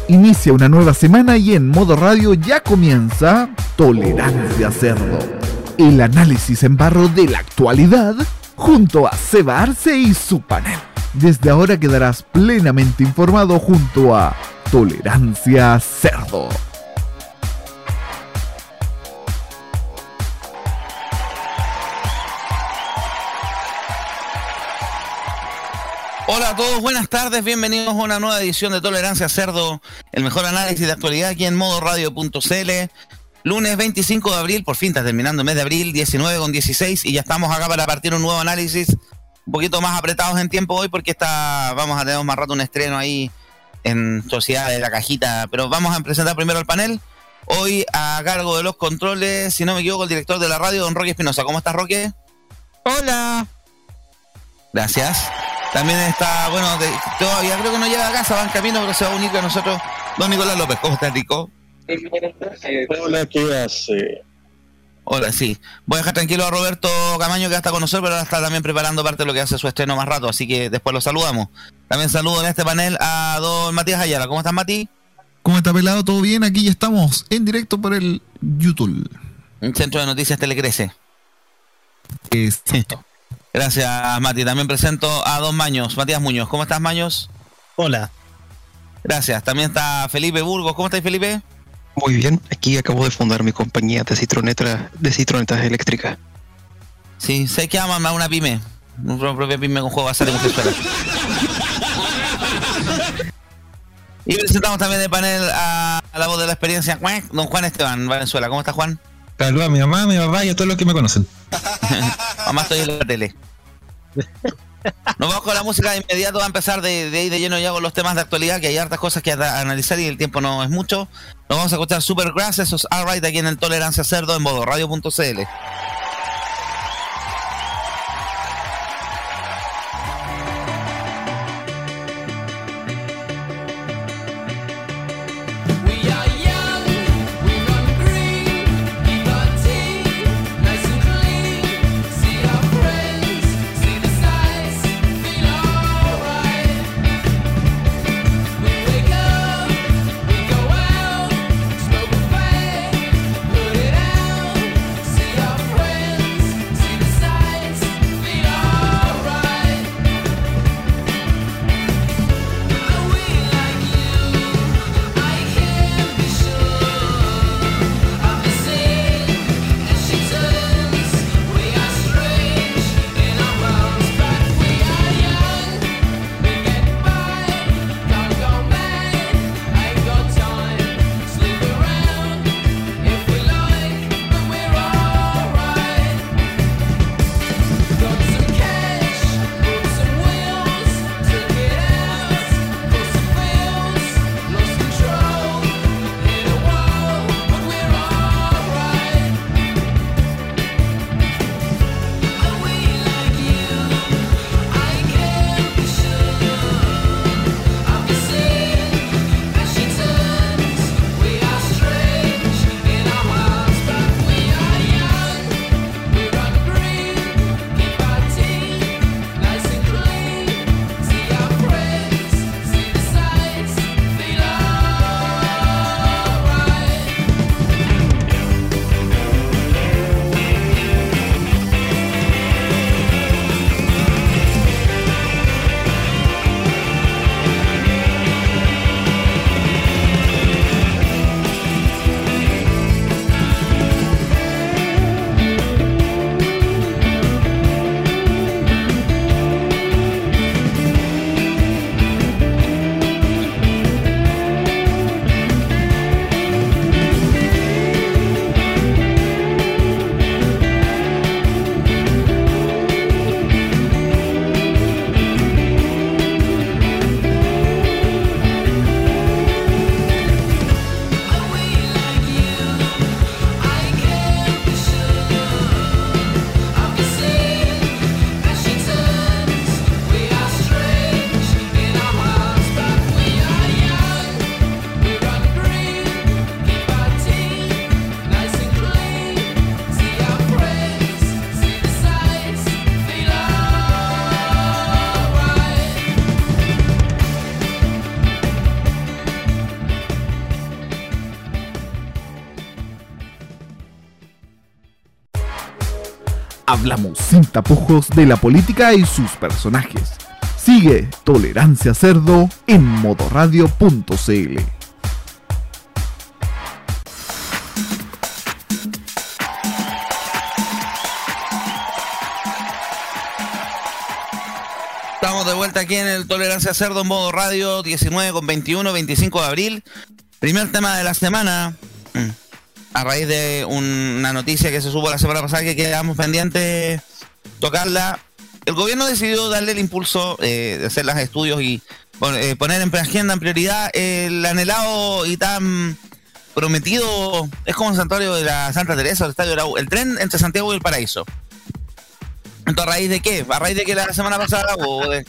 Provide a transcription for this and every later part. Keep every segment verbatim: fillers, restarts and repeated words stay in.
Inicia una nueva semana y en Modo Radio ya comienza Tolerancia Cerdo, el análisis en barro de la actualidad junto a Seba Arce y su panel. Desde ahora quedarás plenamente informado junto a Tolerancia Cerdo. Hola a todos, buenas tardes, bienvenidos a una nueva edición de Tolerancia Cerdo, el mejor análisis de actualidad aquí en modo radio punto c l. Lunes veinticinco de abril, por fin está terminando el mes de abril, diecinueve con dieciséis, y ya estamos acá para partir un nuevo análisis, un poquito más apretados en tiempo hoy porque está, vamos a tener más rato un estreno ahí en Sociedad de la Cajita, pero vamos a presentar primero el panel. Hoy a cargo de los controles, si no me equivoco, el director de la radio, don Roque Espinosa. ¿Cómo estás, Roque? Hola. Gracias. También está, bueno, de, todavía creo que no llega a casa, va en camino, pero se va a unir con nosotros don Nicolás López. ¿Cómo estás, Nico? Hola, ¿qué hace? Hola, sí. Voy a dejar tranquilo a Roberto Camaño, que ya está con nosotros, pero ahora está también preparando parte de lo que hace su estreno más rato, así que después lo saludamos. También saludo en este panel a don Matías Ayala. ¿Cómo estás, Mati? ¿Cómo está, pelado? ¿Todo bien? Aquí ya estamos en directo por el YouTube. Un centro de noticias Telecrece. Exacto. Gracias, Mati. También presento a don Maños, Matías Muñoz. ¿Cómo estás, Maños? Hola. Gracias. También está Felipe Burgos. ¿Cómo estás, Felipe? Muy bien. Aquí acabo de fundar mi compañía de citronetas, de citronetas eléctricas. Sí, sé que aman a una pyme. Una propia pyme con juego de azar y mujerzuela. Y presentamos también de panel a, a la voz de la experiencia, don Juan Esteban Valenzuela. ¿Cómo está, Juan? Saludos a mi mamá, a mi papá y a todos los que me conocen. Mamá, estoy en la tele. Nos vamos con la música de inmediato. Va a empezar de, de ahí de lleno ya con los temas de actualidad, que hay hartas cosas que a, analizar y el tiempo no es mucho. Nos vamos a escuchar Supergrass, esos Alright aquí en el Tolerancia Cerdo en modo radio punto c l. Put it out, see our Hablamos sin tapujos de la política y sus personajes. Sigue Tolerancia Cerdo en modoradio punto cl. Estamos de vuelta aquí en el Tolerancia Cerdo en modo radio, diecinueve con veintiuno, veinticinco de abril. Primer tema de la semana, a raíz de un, una noticia que se supo la semana pasada que quedamos pendientes tocarla. El gobierno decidió darle el impulso eh, de hacer los estudios y eh, poner en agenda, en prioridad, el anhelado y tan prometido, es como el santuario de la Santa Teresa, el estadio de la U, el tren entre Santiago y el Paraíso. Entonces, ¿a raíz de qué? A raíz de que la semana pasada hubo de...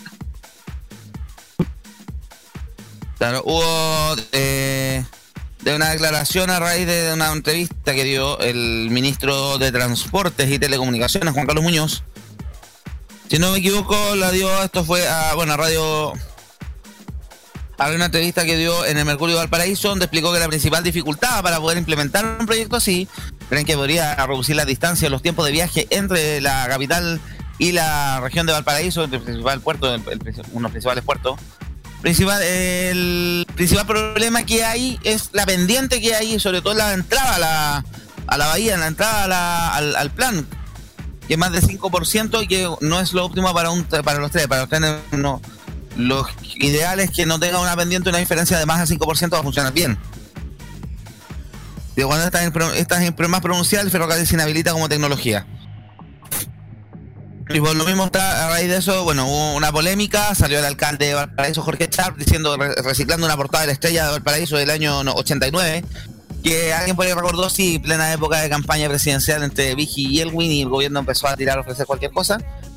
Claro, hubo eh, de una declaración a raíz de una entrevista que dio el ministro de Transportes y Telecomunicaciones, Juan Carlos Muñoz. Si no me equivoco, la dio, esto fue a, bueno, a radio... Había una entrevista que dio en el Mercurio de Valparaíso, donde explicó que la principal dificultad para poder implementar un proyecto así, creen que podría reducir las distancias, los tiempos de viaje entre la capital y la región de Valparaíso, el principal puerto, el, el, uno de los principales puertos. Principal, el principal problema que hay es la pendiente que hay, sobre todo en la entrada a la, a la bahía, en la entrada a la, al, al plan, que es más de cinco por ciento y que no es lo óptimo para un para los trenes. Para los trenes no. Lo ideal es que no tenga una pendiente, una diferencia de más del cinco por ciento va a funcionar bien. Y cuando esta es más pronunciada, el ferrocarril se inhabilita como tecnología. Y por lo mismo está, a raíz de eso, bueno, hubo una polémica, salió el alcalde de Valparaíso, Jorge Sharp, diciendo, reciclando una portada de la Estrella de Valparaíso del año ochenta y nueve, que alguien por ahí recordó, sí, plena época de campaña presidencial entre Vigi y Elwin, y el gobierno empezó a tirar, a ofrecer cualquier cosa.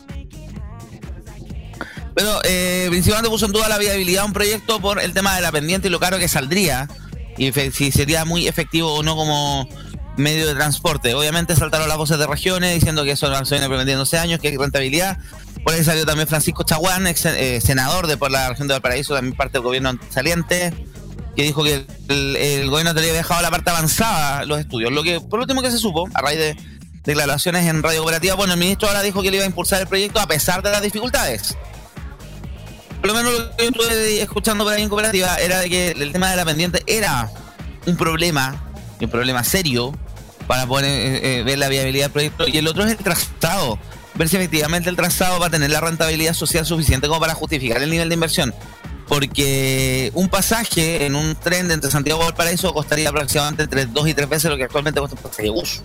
Pero eh, principalmente puso en duda la viabilidad de un proyecto por el tema de la pendiente y lo caro que saldría, y si sería muy efectivo o no como medio de transporte. Obviamente saltaron las voces de regiones diciendo que eso se viene prometiendo hace años, que hay rentabilidad. Por ahí salió también Francisco Chaguán, ex eh, senador de por la región de Valparaíso, también parte del gobierno saliente, que dijo que el, el gobierno tenía dejado la parte avanzada los estudios. Lo que, por último, que se supo, a raíz de declaraciones en Radio Cooperativa, bueno, el ministro ahora dijo que le iba a impulsar el proyecto a pesar de las dificultades. Por lo menos lo que yo estuve escuchando por ahí en Cooperativa era de que el tema de la pendiente era un problema, un problema serio para poder eh, eh, ver la viabilidad del proyecto, y el otro es el trazado, ver si efectivamente el trazado va a tener la rentabilidad social suficiente como para justificar el nivel de inversión, porque un pasaje en un tren de entre Santiago y Valparaíso costaría aproximadamente entre dos y tres veces lo que actualmente cuesta un pasaje de bus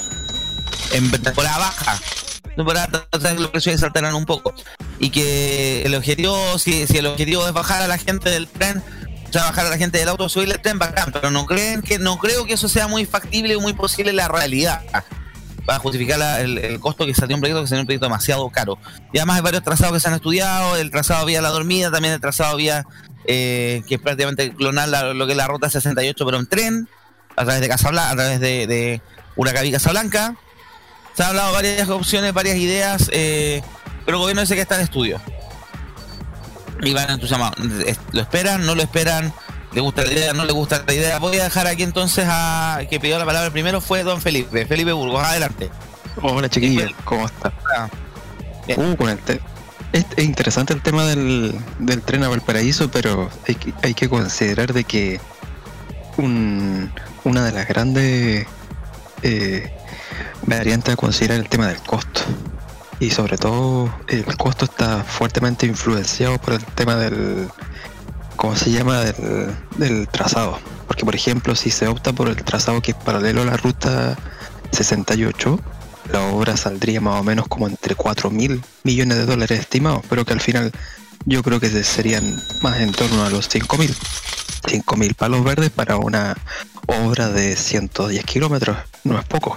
en temporada baja. Temporada los precios saltarán un poco, y que el objetivo, si, si el objetivo es bajar a la gente del tren, o sea, bajar a la gente del auto, subirle el tren, bacán, pero no creen que no creo que eso sea muy factible o muy posible en la realidad para justificar la, el, el costo que salió un proyecto que salió un proyecto demasiado caro. Y además hay varios trazados que se han estudiado, el trazado vía La Dormida, también el trazado vía eh, que es prácticamente clonar la, lo que es la ruta sesenta y ocho, pero en tren, a través de Casablanca, a través de, de Huracaví Casablanca. Se han hablado varias opciones, varias ideas, eh, pero el gobierno dice que está en estudio. Y van entusiasmados. ¿Lo esperan? ¿No lo esperan? ¿Le gusta la idea? ¿No le gusta la idea? Voy a dejar aquí entonces a... que pidió la palabra primero fue don Felipe. Felipe Burgos, adelante. Hola chiquillos, ¿cómo está? Ah, uh, con el te- es, es interesante el tema del, del tren a Valparaíso, pero hay que, hay que considerar de que un, una de las grandes eh, variantes a considerar el tema del costo. Y sobre todo el costo está fuertemente influenciado por el tema del, ¿cómo se llama? Del, del trazado. Porque por ejemplo, si se opta por el trazado que es paralelo a la ruta sesenta y ocho, la obra saldría más o menos como entre cuatro mil millones de dólares estimados, pero que al final yo creo que serían más en torno a los cinco mil. cinco mil palos verdes para una obra de ciento diez kilómetros, no es poco.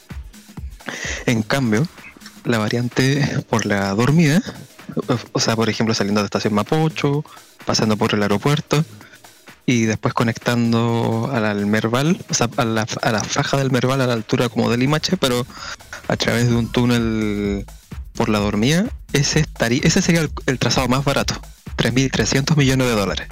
En cambio, la variante por La Dormida, o sea, por ejemplo, saliendo de Estación Mapocho, pasando por el aeropuerto y después conectando al, al Merval, o sea, a la, a la faja del Merval a la altura como de Limache, pero a través de un túnel por La Dormida, ese estaría, ese sería el, el trazado más barato, tres mil trescientos millones de dólares.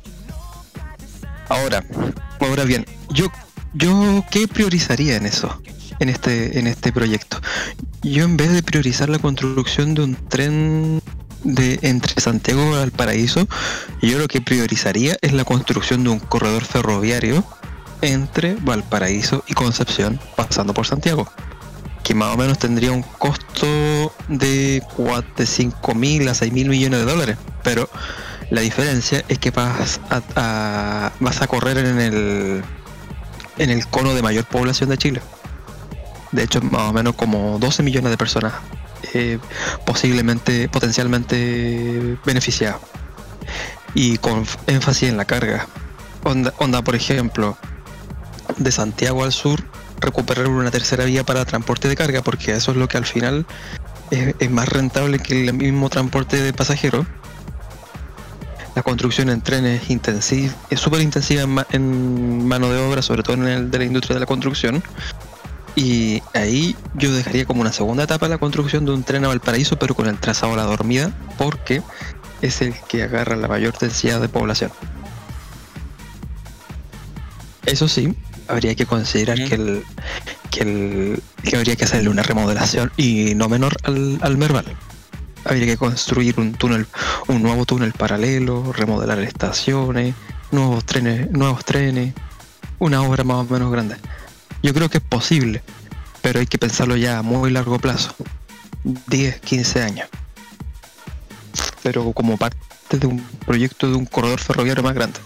Ahora, ahora bien, yo, yo ¿qué priorizaría en eso? En este, en este proyecto. yo en vez de priorizar la construcción de un tren de entre Santiago y Valparaíso, yo lo que priorizaría es la construcción de un corredor ferroviario entre Valparaíso y Concepción, pasando por Santiago, que más o menos tendría un costo de cinco mil a seis mil millones de dólares, pero la diferencia es que vas a, a, vas a correr en el en el cono de mayor población de Chile. De hecho, más o menos como doce millones de personas eh, posiblemente, potencialmente beneficiadas. Y con énfasis en la carga. Onda, onda, por ejemplo, de Santiago al sur, recuperar una tercera vía para transporte de carga, porque eso es lo que al final es, es más rentable que el mismo transporte de pasajeros. La construcción en trenes intensiva, es súper intensiva en, ma en mano de obra, sobre todo en el de la industria de la construcción. Y ahí yo dejaría como una segunda etapa la construcción de un tren a Valparaíso, pero con el trazado a la dormida, porque es el que agarra la mayor densidad de población. Eso sí, habría que considerar que el, que el que habría que hacerle una remodelación y no menor al, al Merval. Habría que construir un túnel, un nuevo túnel paralelo, remodelar estaciones, nuevos trenes, nuevos trenes, una obra más o menos grande. Yo creo que es posible, pero hay que pensarlo ya a muy largo plazo, diez, quince años. Pero como parte de un proyecto de un corredor ferroviario más grande.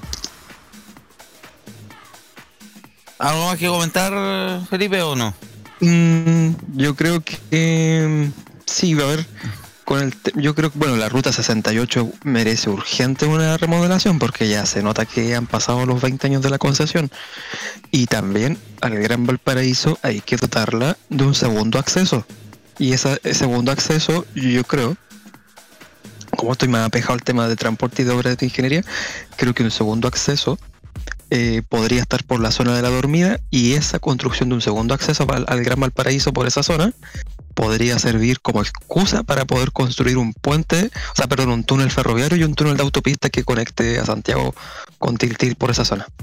¿Algo más que comentar, Felipe, o no? Mm, yo creo que eh, sí, va a haber. Con el yo creo que bueno, la ruta sesenta y ocho merece urgente una remodelación, porque ya se nota que han pasado los veinte años de la concesión. Y también al Gran Valparaíso hay que dotarla de un segundo acceso. Y esa, ese segundo acceso, yo creo, como estoy más apejado al tema de transporte y de obras de ingeniería, creo que un segundo acceso eh, podría estar por la zona de la dormida, y esa construcción de un segundo acceso al, al Gran Valparaíso por esa zona podría servir como excusa para poder construir un puente, o sea, perdón, un túnel ferroviario y un túnel de autopista que conecte a Santiago con Tiltil por esa zona.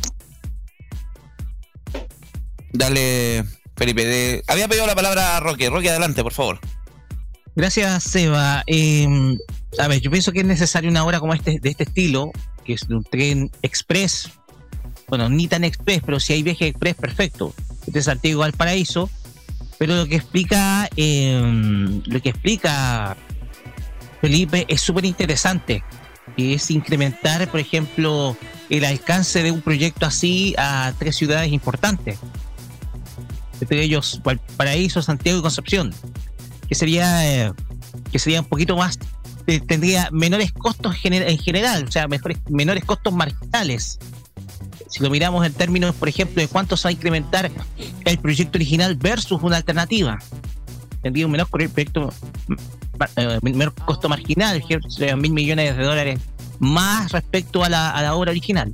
Dale, Felipe. De... Había pedido la palabra a Roque. Roque, adelante, por favor. Gracias, Seba. Eh, a ver, yo pienso que es necesaria una obra como este, de este estilo, que es de un tren express. Bueno, ni tan express, pero si hay viaje express, perfecto. De Santiago al Paraíso. Pero lo que explica, eh, lo que explica Felipe es súper interesante. Que es incrementar, por ejemplo, el alcance de un proyecto así a tres ciudades importantes. Entre ellos, Valparaíso, Santiago y Concepción. Que sería, eh, que sería un poquito más, eh, tendría menores costos gener- en general, o sea, mejores, menores costos marginales. Si lo miramos en términos, por ejemplo, de cuánto se va a incrementar el proyecto original versus una alternativa. Tendría un menor proyecto, eh, menor costo marginal, mil millones de dólares más respecto a la, a la obra original.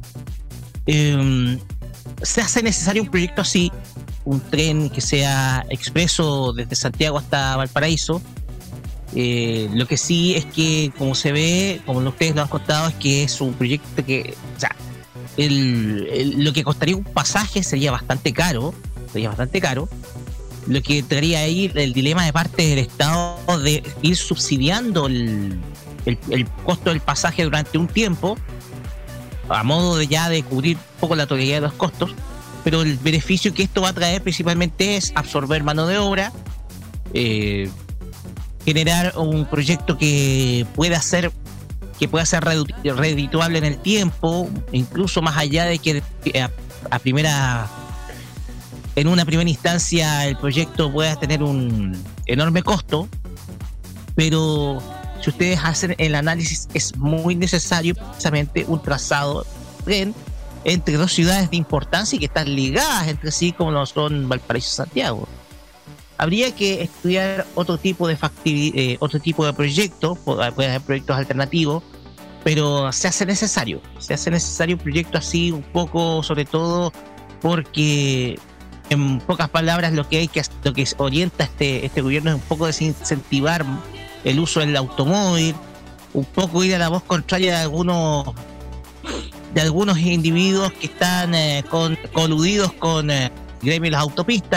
Eh, se hace necesario un proyecto así, un tren que sea expreso desde Santiago hasta Valparaíso. Eh, lo que sí es que, como se ve, como ustedes lo han contado, es que es un proyecto que, o sea, el, el, lo que costaría un pasaje sería bastante caro, sería bastante caro. Lo que traería ahí el dilema de parte del Estado de ir subsidiando el, el, el costo del pasaje durante un tiempo, a modo de ya de cubrir un poco la totalidad de los costos, pero el beneficio que esto va a traer principalmente es absorber mano de obra, eh, generar un proyecto que pueda ser que pueda ser redituable en el tiempo, incluso más allá de que a, a primera en una primera instancia el proyecto pueda tener un enorme costo, pero si ustedes hacen el análisis es muy necesario precisamente un trazado tren entre dos ciudades de importancia y que están ligadas entre sí, como lo son Valparaíso y Santiago. Habría que estudiar otro tipo de factibilidad, eh, otro tipo de proyectos, puede haber proyectos alternativos, pero se hace necesario, se hace necesario un proyecto así un poco, sobre todo porque en pocas palabras lo que hay que lo que orienta este este gobierno es un poco desincentivar el uso del automóvil, un poco ir a la voz contraria de algunos de algunos individuos que están eh, con, coludidos con eh, gremio de las autopistas,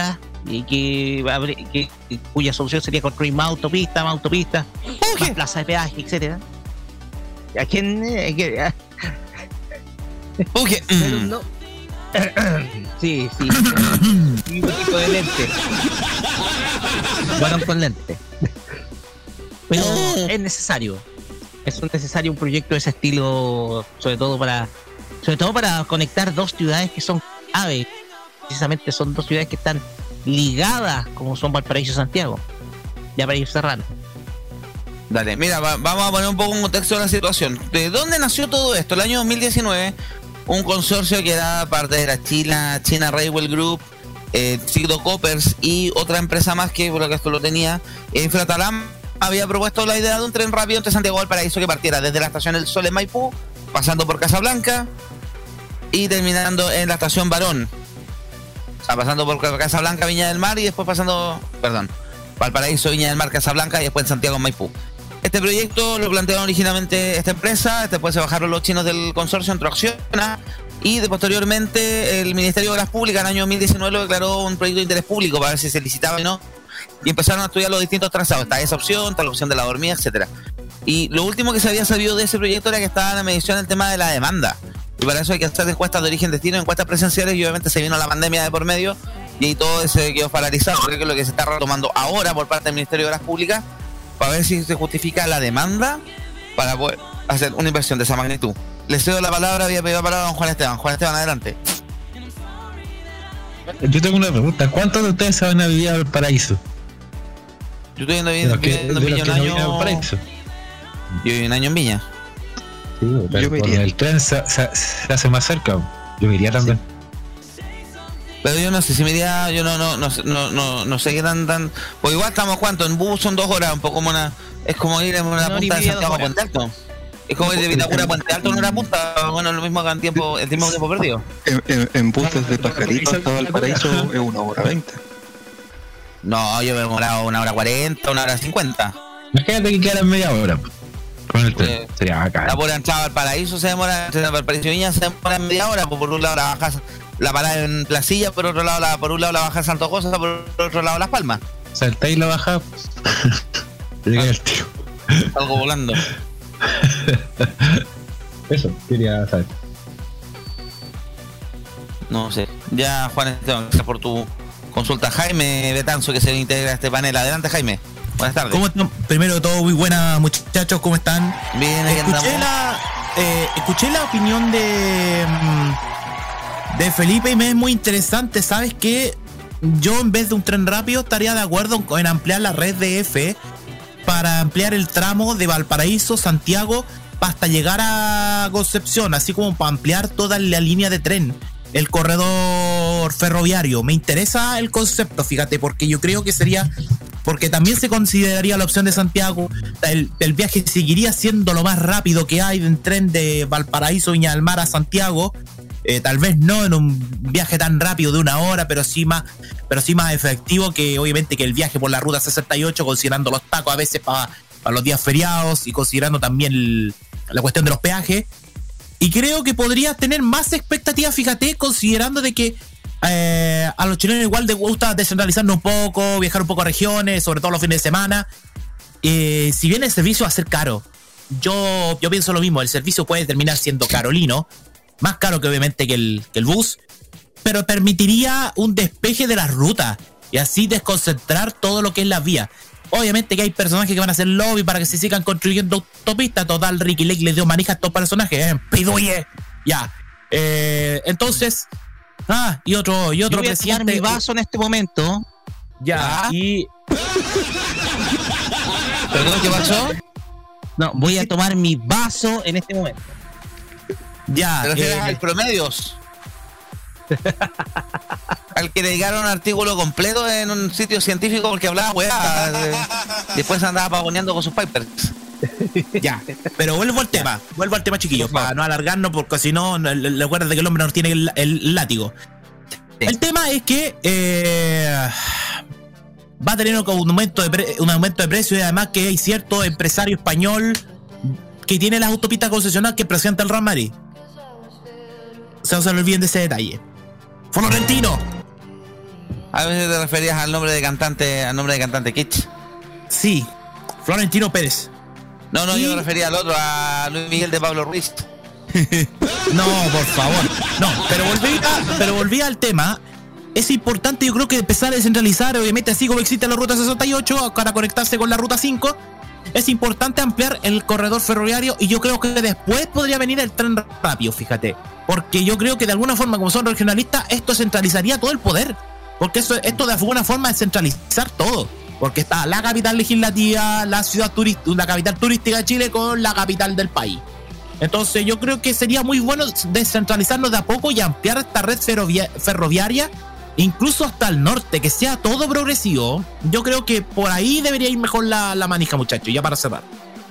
y que, habría- que- que- cuya solución sería construir más autopistas, más autopistas, más plazas de peaje, etcétera. ¿A quién? eh, que- a- Uge, pero mm. no. Sí, sí. Un tipo de lente. Bueno, con lente. Pero es necesario. Es un necesario un proyecto de ese estilo, sobre todo para, sobre todo para conectar dos ciudades que son clave. Precisamente son dos ciudades que están ligadas, como son Valparaíso y Santiago. Ya para ir cerrando. Dale, mira, va- vamos a poner un poco en contexto de la situación. ¿De dónde nació todo esto? El año dos mil diecinueve, un consorcio que era parte de la China, China Railway Group, eh, Sigdo Coppers y otra empresa más que por lo que esto lo tenía, eh, Fratalam, había propuesto la idea de un tren rápido entre Santiago y Valparaíso que partiera desde la estación El Sol en Maipú, pasando por Casablanca y terminando en la estación Barón. O sea, pasando por Casablanca, Viña del Mar y después pasando, perdón, Valparaíso, Viña del Mar, Casablanca y después en Santiago, Maipú. Este proyecto lo plantearon originalmente esta empresa, después se bajaron los chinos del consorcio, entró Acciona y de posteriormente el Ministerio de Obras Públicas en el año dos mil diecinueve lo declaró un proyecto de interés público para ver si se licitaba o no, y empezaron a estudiar los distintos trazados. Está esa opción, está la opción de la dormida, etcétera. Y lo último que se había sabido de ese proyecto era que estaba en la medición el tema de la demanda, y para eso hay que hacer encuestas de origen destino, encuestas presenciales, y obviamente se vino la pandemia de por medio y ahí todo se quedó paralizado. Creo que es lo que se está retomando ahora por parte del Ministerio de Obras Públicas para ver si se justifica la demanda para poder hacer una inversión de esa magnitud. Le cedo la palabra, había pedido la palabra a don Juan Esteban. Juan Esteban, adelante. Yo tengo una pregunta. ¿Cuántos de ustedes se van a vivir al paraíso? Yo estoy viendo, De los que, viviendo de en los Viña que un no viven al año. paraíso. Yo viví un año en Viña. Sí, pero Yo me con iría. el tren se, se- se hace más cerca. Yo me iría también. Pero yo no sé si me iría, yo no, no, no, sé- no, no, no sé qué tan, tan. Pues igual estamos cuánto, en bus son dos horas, un poco como una. Es como ir en una Una hora y punta de media, Santiago a dos Puente Alto. Es como ir de Vitacura a Puente Alto en una punta, bueno, lo mismo que en tiempo, el mismo tiempo perdido. En, en, en bus desde Pajarito hasta Valparaíso es una hora veinte. No, yo me he demorado una hora cuarenta, una hora cincuenta. Imagínate que quedaran media hora con el tren. Eh, Sería bacán. La por entrada al paraíso se demora, entre Valparaíso y Viña se demora media hora, pues por un lado la bajas la parada en Placilla, por otro lado la, por un lado la bajas en Santo Cosa, por otro lado Las Palmas. Saltáis la baja. Llega el tío. Algo volando. Eso, quería saber. No sé. Ya, Juan Esteban, gracias por tu consulta. Jaime Betanzo, que se integra a este panel. Adelante, Jaime. Buenas tardes. ¿Cómo están? Primero de todo, muy buenas muchachos, ¿cómo están? Bien, aquí Escuché andamos. la, eh, escuché la opinión de, mm, de Felipe y me es muy interesante. ¿Sabes qué? Yo en vez de un tren rápido estaría de acuerdo en ampliar la red de F para ampliar el tramo de Valparaíso, Santiago, hasta llegar a Concepción, así como para ampliar toda la línea de tren, el corredor ferroviario. Me interesa el concepto, fíjate, porque yo creo que sería, porque también se consideraría la opción de Santiago, el, el viaje seguiría siendo lo más rápido que hay en tren de Valparaíso, Viña del Mar a Santiago. Eh, tal vez no en un viaje tan rápido de una hora, pero sí más, pero sí más efectivo que obviamente que el viaje por la ruta sesenta y ocho, considerando los tacos a veces para pa los días feriados y considerando también el, la cuestión de los peajes. Y creo que podría tener más expectativas, fíjate, considerando de que eh, a los chilenos igual les gusta descentralizarnos un poco, viajar un poco a regiones, sobre todo los fines de semana. Eh, si bien el servicio va a ser caro, yo, yo pienso lo mismo, el servicio puede terminar siendo carolino, más caro que obviamente que el, que el bus, pero permitiría un despeje de las rutas y así desconcentrar todo lo que es la vía. Obviamente que hay personajes que van a hacer lobby para que se sigan construyendo autopistas. Total, Ricky Lake le dio manija a estos personajes, ¿eh? Piduye. Ya. Eh, entonces, ah, y otro, y otro Yo voy a tomar mi vaso en este momento. Ya, ¿Ah? y ¿Perdón, qué pasó? No, voy a tomar mi vaso en este momento. ya. ¿Te refieres eh, al promedios? Al que le dedicaron un artículo completo en un sitio científico porque hablaba weá. eh, Después andaba pavoneando con sus pipers. Ya, pero vuelvo al tema, vuelvo al tema, chiquillos, para no alargarnos, porque si no, recuerda que el hombre no tiene el, el látigo. Sí. El tema es que eh, va a tener un aumento, de pre- un aumento de precio y además que hay cierto empresario español que tiene las autopistas concesionarias que presenta el Real Madrid. O sea, no se le olviden de ese detalle. Florentino. A veces te referías al nombre de cantante, al nombre de cantante Kitsch. Sí, Florentino Pérez. No, no, Y- yo me refería al otro, a Luis Miguel de Pablo Ruiz. No, por favor. No, pero volví, a- pero volví al tema. Es importante, yo creo que empezar a descentralizar, obviamente así como existe la ruta sesenta y ocho, para conectarse con la ruta cinco, es importante ampliar el corredor ferroviario y yo creo que después podría venir el tren rápido, fíjate. Porque yo creo que de alguna forma, como son regionalistas, esto centralizaría todo el poder. Porque eso, esto de alguna forma es centralizar todo. Porque está la capital legislativa, la ciudad turística, la capital turística de Chile con la capital del país. Entonces yo creo que sería muy bueno descentralizarnos de a poco y ampliar esta red ferrovia- ferroviaria, incluso hasta el norte, que sea todo progresivo. Yo creo que por ahí debería ir mejor la, la manija, muchachos, ya para cerrar.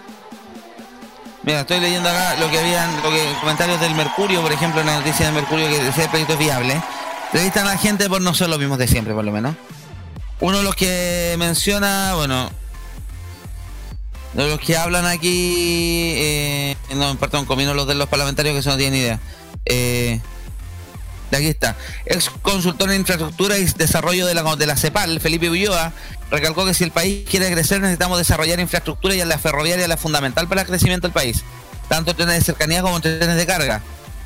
Mira, estoy leyendo acá lo que habían, lo que comentarios del Mercurio, por ejemplo, en la noticia del Mercurio que decía el proyecto es viable. Entrevistan a la gente por no ser los mismos de siempre, por lo menos. Uno de los que menciona, bueno, de los que hablan aquí, eh, no, perdón, comino los de los parlamentarios que eso no tienen idea. Eh, de aquí está. Ex consultor en infraestructura y desarrollo de la, de la CEPAL, Felipe Ulloa, recalcó que si el país quiere crecer necesitamos desarrollar infraestructura y la ferroviaria es la fundamental para el crecimiento del país, tanto trenes de cercanía como trenes de carga.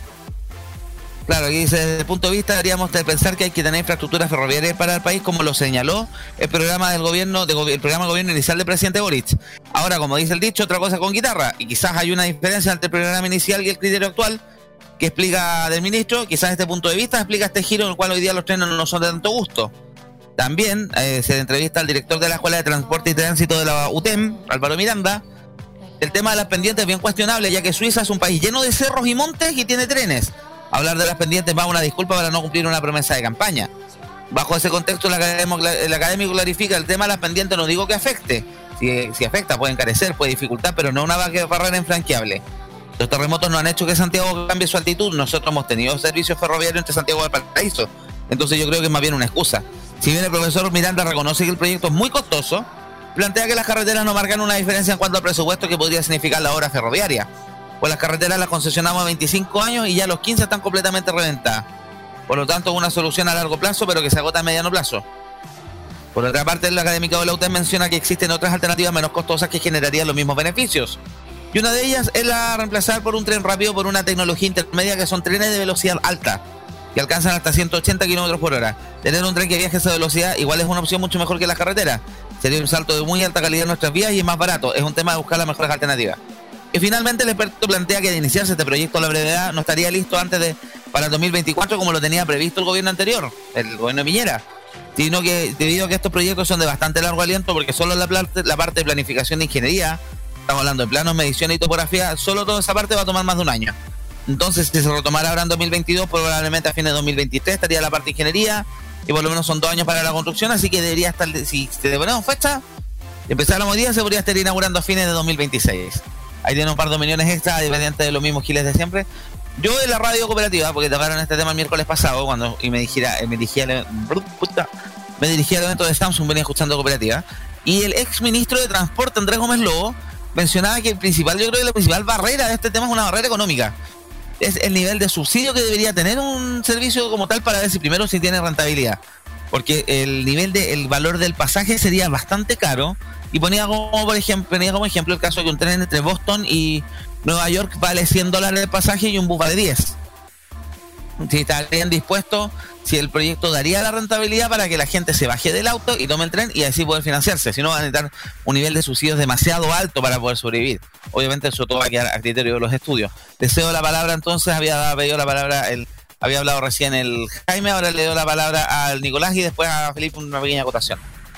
Claro, aquí dice, desde el punto de vista deberíamos de pensar que hay que tener infraestructura ferroviaria para el país, como lo señaló el programa del gobierno, de, el programa de gobierno inicial del presidente Boric. Ahora, como dice el dicho, otra cosa con guitarra, y quizás hay una diferencia entre el programa inicial y el criterio actual que explica del ministro. Quizás este punto de vista explica este giro en el cual hoy día los trenes no son de tanto gusto. También eh, se entrevista al director de la Escuela de Transporte y Tránsito de la U T E M, Álvaro Miranda. El tema de las pendientes es bien cuestionable, ya que Suiza es un país lleno de cerros y montes y tiene trenes. Hablar de las pendientes va una disculpa para no cumplir una promesa de campaña. Bajo ese contexto, el académico, el académico clarifica: el tema de las pendientes no digo que afecte. Si, si afecta, puede encarecer, puede dificultar, pero no una barrera infranqueable. Los terremotos no han hecho que Santiago cambie su altitud. Nosotros hemos tenido servicios ferroviarios entre Santiago y Valparaíso. Entonces yo creo que es más bien una excusa. Si bien el profesor Miranda reconoce que el proyecto es muy costoso, plantea que las carreteras no marcan una diferencia en cuanto al presupuesto que podría significar la obra ferroviaria. Pues las carreteras las concesionamos a veinticinco años y ya los quince están completamente reventadas. Por lo tanto, una solución a largo plazo, pero que se agota a mediano plazo. Por otra parte, el académico de la U T E M menciona que existen otras alternativas menos costosas que generarían los mismos beneficios. Y una de ellas es la reemplazar por un tren rápido por una tecnología intermedia, que son trenes de velocidad alta, que alcanzan hasta ciento ochenta kilómetros por hora. Tener un tren que viaje a esa velocidad igual es una opción mucho mejor que las carreteras. Sería un salto de muy alta calidad en nuestras vías y es más barato. Es un tema de buscar las mejores alternativas. Y finalmente el experto plantea que de iniciarse este proyecto a la brevedad no estaría listo antes de para el dos mil veinticuatro como lo tenía previsto el gobierno anterior, el gobierno de Piñera, sino que debido a que estos proyectos son de bastante largo aliento, porque solo la, parte, la parte de planificación de ingeniería, estamos hablando de planos, medición y topografía, solo toda esa parte va a tomar más de un año. Entonces, si se retomara ahora en dos mil veintidós, probablemente a fines de dos mil veintitrés estaría la parte de ingeniería, y por lo menos son dos años para la construcción, así que debería estar, si te ponemos fecha, empezáramos hoy día, se podría estar inaugurando a fines de dos mil veintiséis. Ahí tienen un par de millones extra, dependiente de los mismos giles de siempre. Yo en la radio cooperativa, porque tocaron este tema el miércoles pasado, cuando y me dijera, me dirigía al, me dirigía al evento de Samsung, venía escuchando cooperativa, y el ex ministro de Transporte, Andrés Gómez Lobo, mencionaba que el principal, yo creo que la principal barrera de este tema es una barrera económica. Es el nivel de subsidio que debería tener un servicio como tal para ver si primero si tiene rentabilidad. Porque el nivel de, el valor del pasaje sería bastante caro. Y ponía como, por ejemplo, ponía como ejemplo el caso de que un tren entre Boston y Nueva York vale cien dólares el pasaje y un bus vale diez. Si estarían dispuestos, si el proyecto daría la rentabilidad para que la gente se baje del auto y tome el tren y así poder financiarse. Si no, van a necesitar un nivel de subsidios demasiado alto para poder sobrevivir. Obviamente eso todo va a quedar a criterio de los estudios. Deseo la palabra entonces, había pedido la palabra, el, había hablado recién el Jaime, ahora le doy la palabra al Nicolás y después a Felipe una pequeña acotación.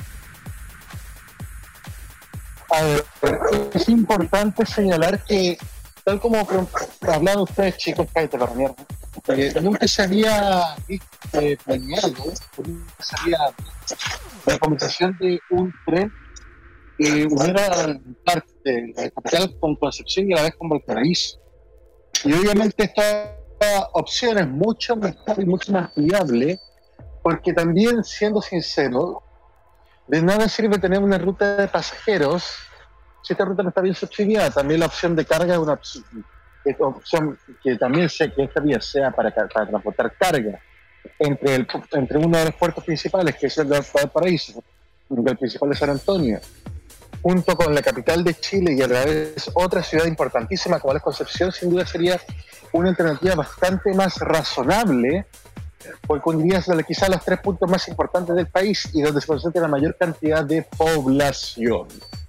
A ver, es importante señalar que, tal como hablan ustedes, chicos, cállate la mierda, eh, nunca se había eh, planeado, nunca se había la conversación de un tren que uniera parte de la capital con Concepción y a la vez con Valparaíso. Y obviamente esta opción es mucho mejor y mucho más viable, porque también, siendo sincero, de nada sirve tener una ruta de pasajeros si esta ruta no está bien subsidiada. También la opción de carga es una opción, es opción que también sé que esta vía sea para, para transportar carga. entre, el, entre uno de los puertos principales, que es el de Valparaíso, el principal de San Antonio, junto con la capital de Chile y a la vez otra ciudad importantísima como la Concepción, sin duda sería una alternativa bastante más razonable, porque uniría quizás los tres puntos más importantes del país y donde se concentra la mayor cantidad de población.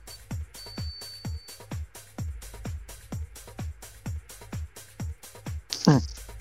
Hmm.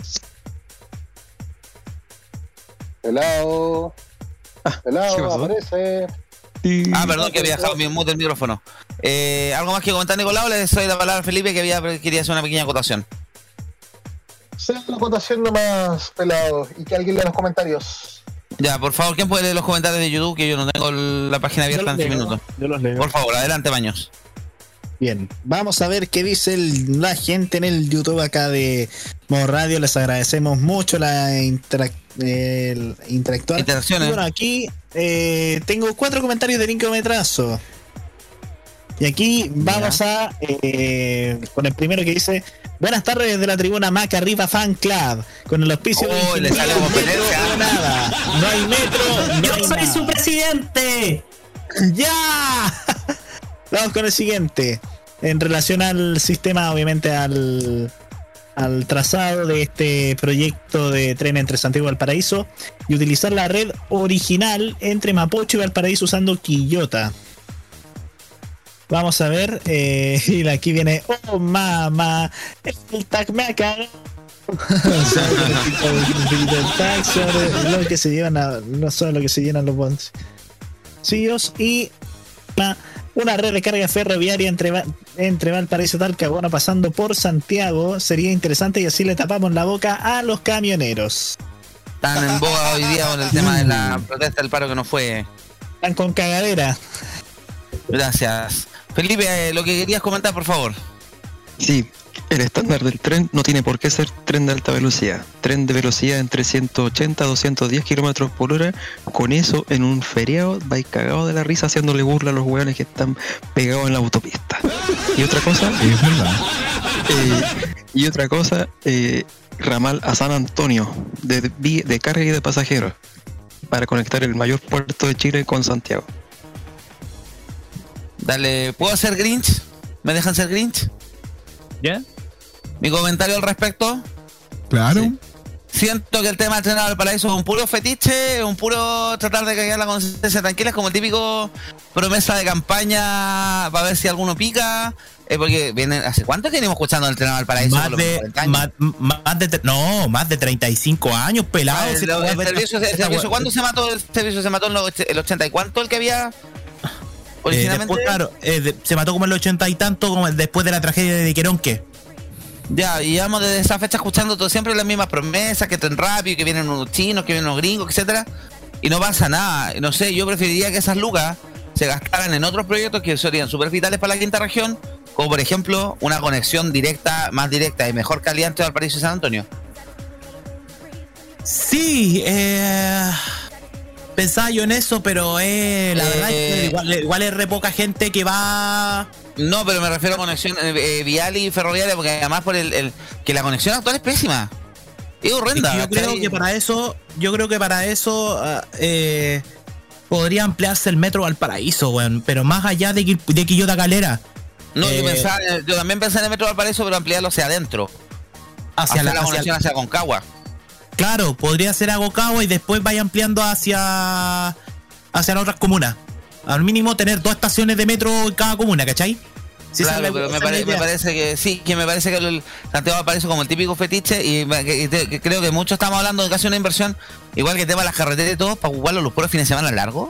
Pelado. Pelado, aparece. Ah, perdón, que había dejado mi mute el micrófono. Eh, ¿Algo más que comentar, Nicolau? Le doy la palabra a Felipe, que había, quería hacer una pequeña acotación. Sea una acotación nomás, Pelado, y que alguien lea los comentarios. Ya, por favor, ¿quién puede leer los comentarios de YouTube? Que yo no tengo la página abierta en cinco minutos. Yo los leo. Por favor, adelante, Baños. Bien, vamos a ver qué dice el, la gente en el YouTube acá de Modo Radio. Les agradecemos mucho la interac el interactuar. Interacciones. Y bueno, aquí eh, tengo cuatro comentarios de Linkometrazo. Y aquí vamos a eh, con el primero que dice: buenas tardes desde la tribuna Maca Arriba Fan Club. Con el auspicio oh, de le sale metro, nada. No hay metro. No Yo hay soy nada. su presidente. ¡Ya! Vamos con el siguiente. En relación al sistema, obviamente al, al trazado de este proyecto de tren entre Santiago y Valparaíso, y utilizar la red original entre Mapocho y Valparaíso usando Quillota. Vamos a ver, eh, y aquí viene, oh mamá, el tag me ha cagado. Lo que se llevan a, no son lo que se llenan los bolsillos. Y una, una red de carga ferroviaria entre, entre Valparaíso y Talcahuano pasando por Santiago sería interesante, y así le tapamos la boca a los camioneros. Están en boga hoy día con el tema de la protesta del paro que no fue. Están con cagadera. Gracias. Felipe, eh, lo que querías comentar, por favor. Sí, el estándar del tren no tiene por qué ser tren de alta velocidad. Tren de velocidad entre ciento ochenta a doscientos diez kilómetros por hora. Con eso, en un feriado, vais cagados de la risa haciéndole burla a los hueones que están pegados en la autopista. Y otra cosa, Es verdad. eh, y otra cosa, eh, ramal a San Antonio, de, de, de carga y de pasajeros, para conectar el mayor puerto de Chile con Santiago. Dale, ¿puedo hacer Grinch? ¿Me dejan ser Grinch? ¿Ya? Mi comentario al respecto. Claro. Sí. Siento que el tema del tren al Valparaíso es un puro fetiche, un puro tratar de caer la conciencia tranquila, es como el típico promesa de campaña para ver si alguno pica. Eh, porque vienen, ¿hace cuánto que venimos escuchando el tren al Valparaíso? Más de, más, más de, no, más de treinta y cinco años, pelado. Ah, el, si el, el servicio, el servicio, ¿cuándo se mató el servicio? ¿Se mató en los, el ochenta y cuánto el que había? Originalmente. Eh, después, claro, eh, de, se mató como en el ochenta y tanto, como después de la tragedia de Queronque. Ya, y llevamos desde esa fecha escuchando todo, siempre las mismas promesas, que tren rápido, que vienen unos chinos, que vienen unos gringos, etcétera, y no pasa nada. No sé, yo preferiría que esas lucas se gastaran en otros proyectos que serían súper vitales para la quinta región, como por ejemplo una conexión directa, más directa y mejor calidad entre Valparaíso y San Antonio. Sí, eh... pensaba yo en eso, pero eh, la eh, verdad es que igual, igual es re poca gente que va. No, pero me refiero a conexión eh, vial y ferroviaria, porque además por el, el que la conexión actual es pésima. Es horrenda. Es que yo creo ahí. que para eso, yo creo que para eso uh, eh, podría ampliarse el metro Valparaíso, weón, pero más allá de, de Quillota Calera. No, eh, yo, pensaba, yo también pensé en el metro Valparaíso, pero ampliarlo hacia adentro. Hacia, hacia la, la hacia conexión hacia Concagua. Claro, podría ser a Concagua y después vaya ampliando hacia hacia las otras comunas. Al mínimo tener dos estaciones de metro en cada comuna, ¿cachai? Sí, claro, pero me, pare, me parece que sí, que me parece que el Santiago aparece como el típico fetiche y que, que, que creo que muchos estamos hablando de casi una inversión, igual que el tema de las carreteras y todo, para jugarlo los puros fines de semana largos.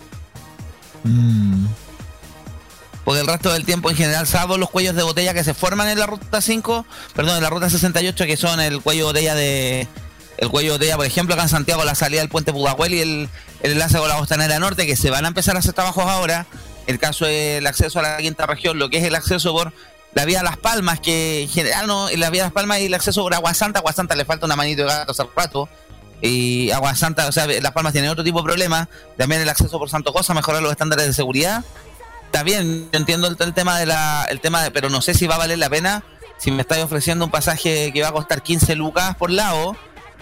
Mm. Porque el resto del tiempo en general, salvo los cuellos de botella que se forman en la ruta cinco, perdón, en la ruta sesenta y ocho, que son el cuello de botella de... El cuello de botella, por ejemplo, acá en Santiago, la salida del puente Pudahuel y el, el enlace con la Costanera Norte, que se van a empezar a hacer trabajos ahora. El caso del acceso a la quinta región, lo que es el acceso por la vía Las Palmas, que en general no, en la vía Las Palmas y el acceso por Agua Santa. Agua Santa le falta una manito de gato hace rato. Y Agua Santa, o sea, Las Palmas tiene otro tipo de problema. También el acceso por Santo Cosa, mejorar los estándares de seguridad. Está bien, yo entiendo el, el tema de la, el tema de, pero no sé si va a valer la pena si me estáis ofreciendo un pasaje que va a costar quince lucas por lado.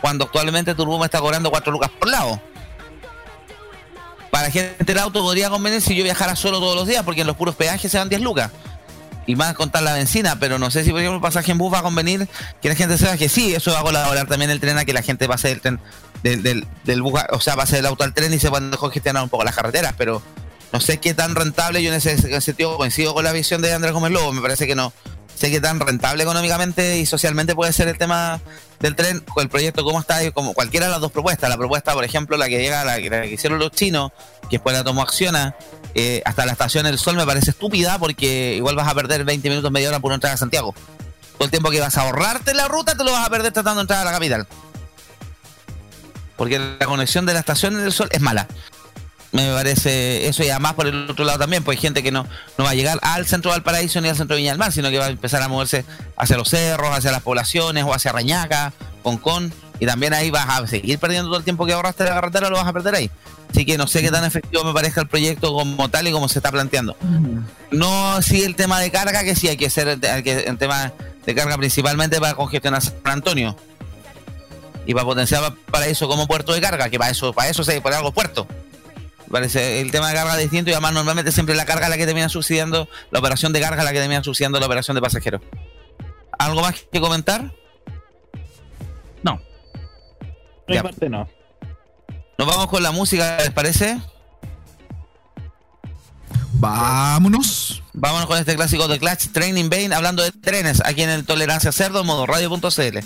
cuando actualmente Turbú me está cobrando cuatro lucas por lado. Para la gente del auto podría convenir si yo viajara solo todos los días, porque en los puros peajes se van diez lucas. Y más contar la benzina, pero no sé si por ejemplo el pasaje en bus va a convenir que la gente sepa que sí, eso va a colaborar también el tren a que la gente pase del tren, del, del, del bus, o sea, pase del auto al tren y se puedan congestionar un poco las carreteras, pero no sé qué tan rentable, yo en ese, en ese sentido coincido con la visión de Andrés Gómez Lobo, me parece que no sé qué tan rentable económicamente y socialmente puede ser el tema del tren, el proyecto cómo está, como cualquiera de las dos propuestas, la propuesta por ejemplo, la que llega, la, la que hicieron los chinos, que después la tomó Acciona, eh, hasta la estación del Sol me parece estúpida porque igual vas a perder veinte minutos, media hora por entrar a Santiago. Todo el tiempo que vas a ahorrarte la ruta te lo vas a perder tratando de entrar a la capital. Porque la conexión de la estación del Sol es mala. Me parece eso, y además por el otro lado también, pues hay gente que no, no va a llegar al centro de Valparaíso ni al centro de Viña del Mar, sino que va a empezar a moverse hacia los cerros, hacia las poblaciones o hacia Reñaca, Concón, y también ahí vas a seguir perdiendo todo el tiempo que ahorraste de la carretera, lo vas a perder ahí. Así que no sé qué tan efectivo me parezca el proyecto como tal y como se está planteando. No, sí, el tema de carga, que sí hay que hacer el, el tema de carga principalmente para congestionar San Antonio y para potenciar para eso como puerto de carga, que para eso para eso se pone algo puerto. Parece el tema de carga es distinto y además normalmente siempre la carga es la que termina subsidiando, la operación de carga es la que termina subsidiando la operación de pasajeros. ¿Algo más que comentar? No. De mi parte no. Nos vamos con la música, ¿les parece? Vámonos. Vámonos con este clásico de Clash, Train in Vain, hablando de trenes aquí en el Tolerancia Cerdo, modo radio punto c l.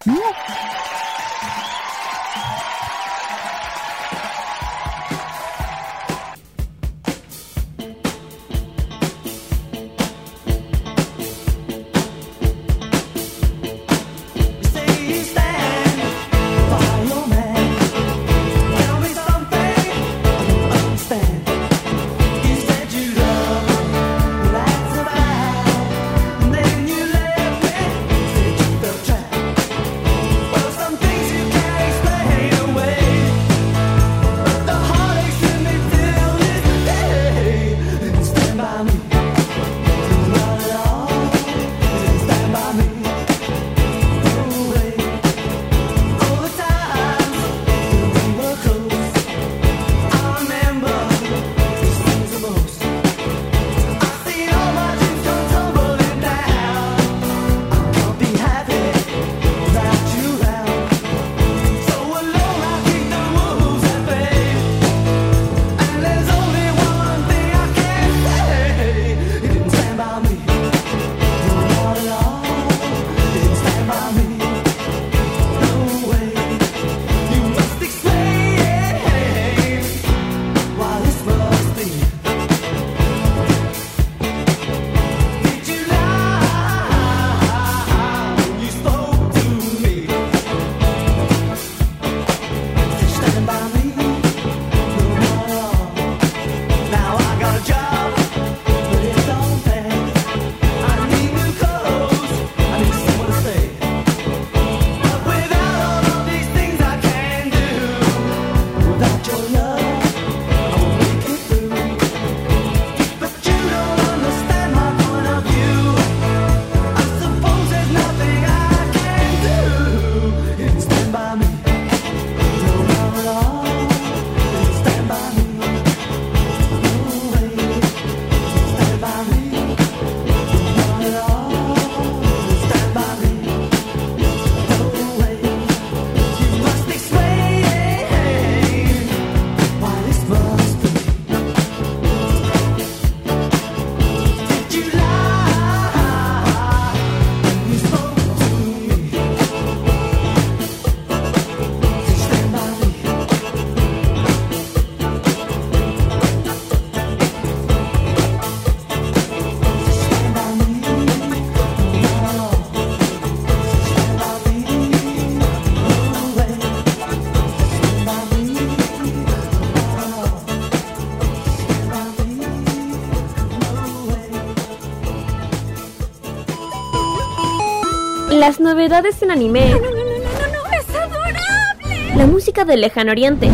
Las novedades en anime. No, no, no, no, no, no, es adorable. La música del Lejano Oriente.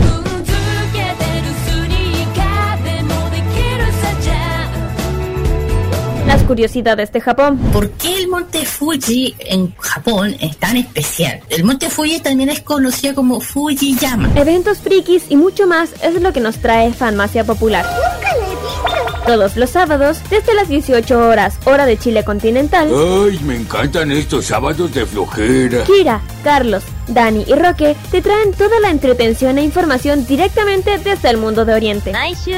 Las curiosidades de Japón. ¿Por qué el monte Fuji en Japón es tan especial? El monte Fuji también es conocido como Fujiyama. Eventos frikis y mucho más es lo que nos trae Fanmacia Popular. Todos los sábados, desde las dieciocho horas, hora de Chile continental. ¡Ay, me encantan estos sábados de flojera! Kira, Carlos, Dani y Roque te traen toda la entretención e información directamente desde el mundo de Oriente.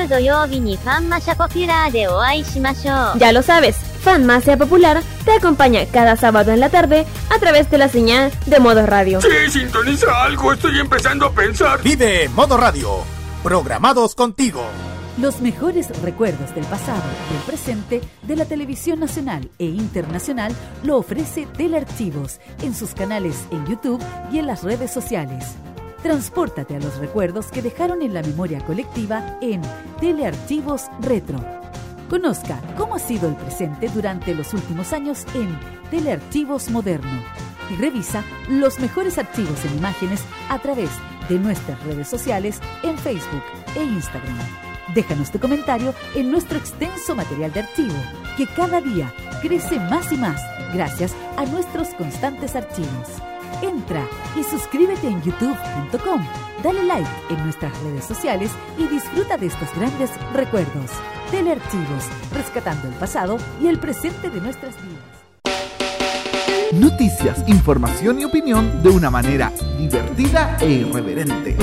Ya lo sabes, Fanmacia Popular te acompaña cada sábado en la tarde a través de la señal de Modo Radio. ¡Sí, sintoniza algo! Estoy empezando a pensar. Vive Modo Radio, programados contigo. Los mejores recuerdos del pasado y el presente de la televisión nacional e internacional lo ofrece Telearchivos en sus canales en YouTube y en las redes sociales. Transpórtate a los recuerdos que dejaron en la memoria colectiva en Telearchivos Retro. Conozca cómo ha sido el presente durante los últimos años en Telearchivos Moderno y revisa los mejores archivos en imágenes a través de nuestras redes sociales en Facebook e Instagram. Déjanos tu comentario en nuestro extenso material de archivo, que cada día crece más y más gracias a nuestros constantes archivos. Entra y suscríbete en youtube punto com, dale like en nuestras redes sociales y disfruta de estos grandes recuerdos. Telearchivos, rescatando el pasado y el presente de nuestras vidas. Noticias, información y opinión de una manera divertida e irreverente.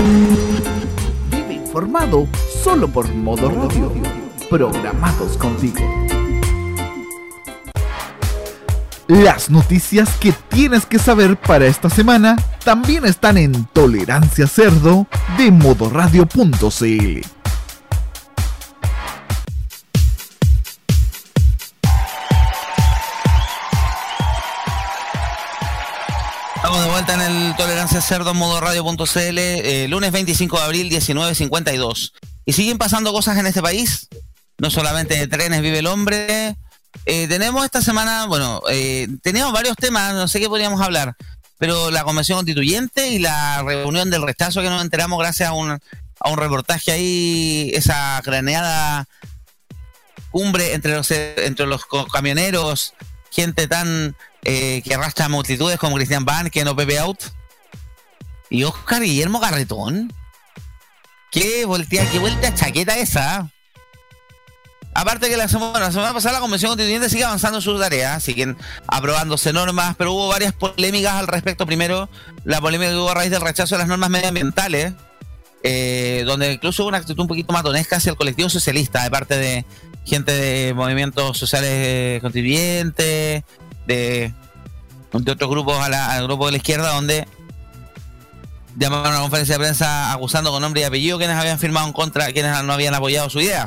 Formado solo por Modo Radio, programados contigo. Las noticias que tienes que saber para esta semana también están en Tolerancia Cerdo de modoradio punto cl. Estamos de vuelta en el Tolerancia Cerdo Modo Radio punto cl, eh, lunes veinticinco de abril, diecinueve cincuenta y dos. Y siguen pasando cosas en este país, no solamente de trenes vive el hombre. Eh, tenemos esta semana, bueno, eh, teníamos varios temas, no sé qué podríamos hablar, pero la Convención Constituyente y la reunión del rechazo que nos enteramos gracias a un, a un reportaje ahí, esa craneada cumbre entre los, entre los camioneros, gente tan... Eh, que arrastra multitudes como Cristian Banken o Pepe Out y Oscar Guillermo Garretón. Qué voltea, qué vuelta chaqueta esa. Aparte que la semana, la semana pasada la Convención Constituyente sigue avanzando en sus tareas, siguen aprobándose normas, pero hubo varias polémicas al respecto. Primero, la polémica que hubo a raíz del rechazo de las normas medioambientales, eh, donde incluso hubo una actitud un poquito matonesca hacia el colectivo socialista de parte de gente de movimientos sociales eh, constituyentes, de, de otros grupos a la, al grupo de la izquierda, donde llamaron a una conferencia de prensa acusando con nombre y apellido quienes habían firmado en contra, quienes no habían apoyado su idea.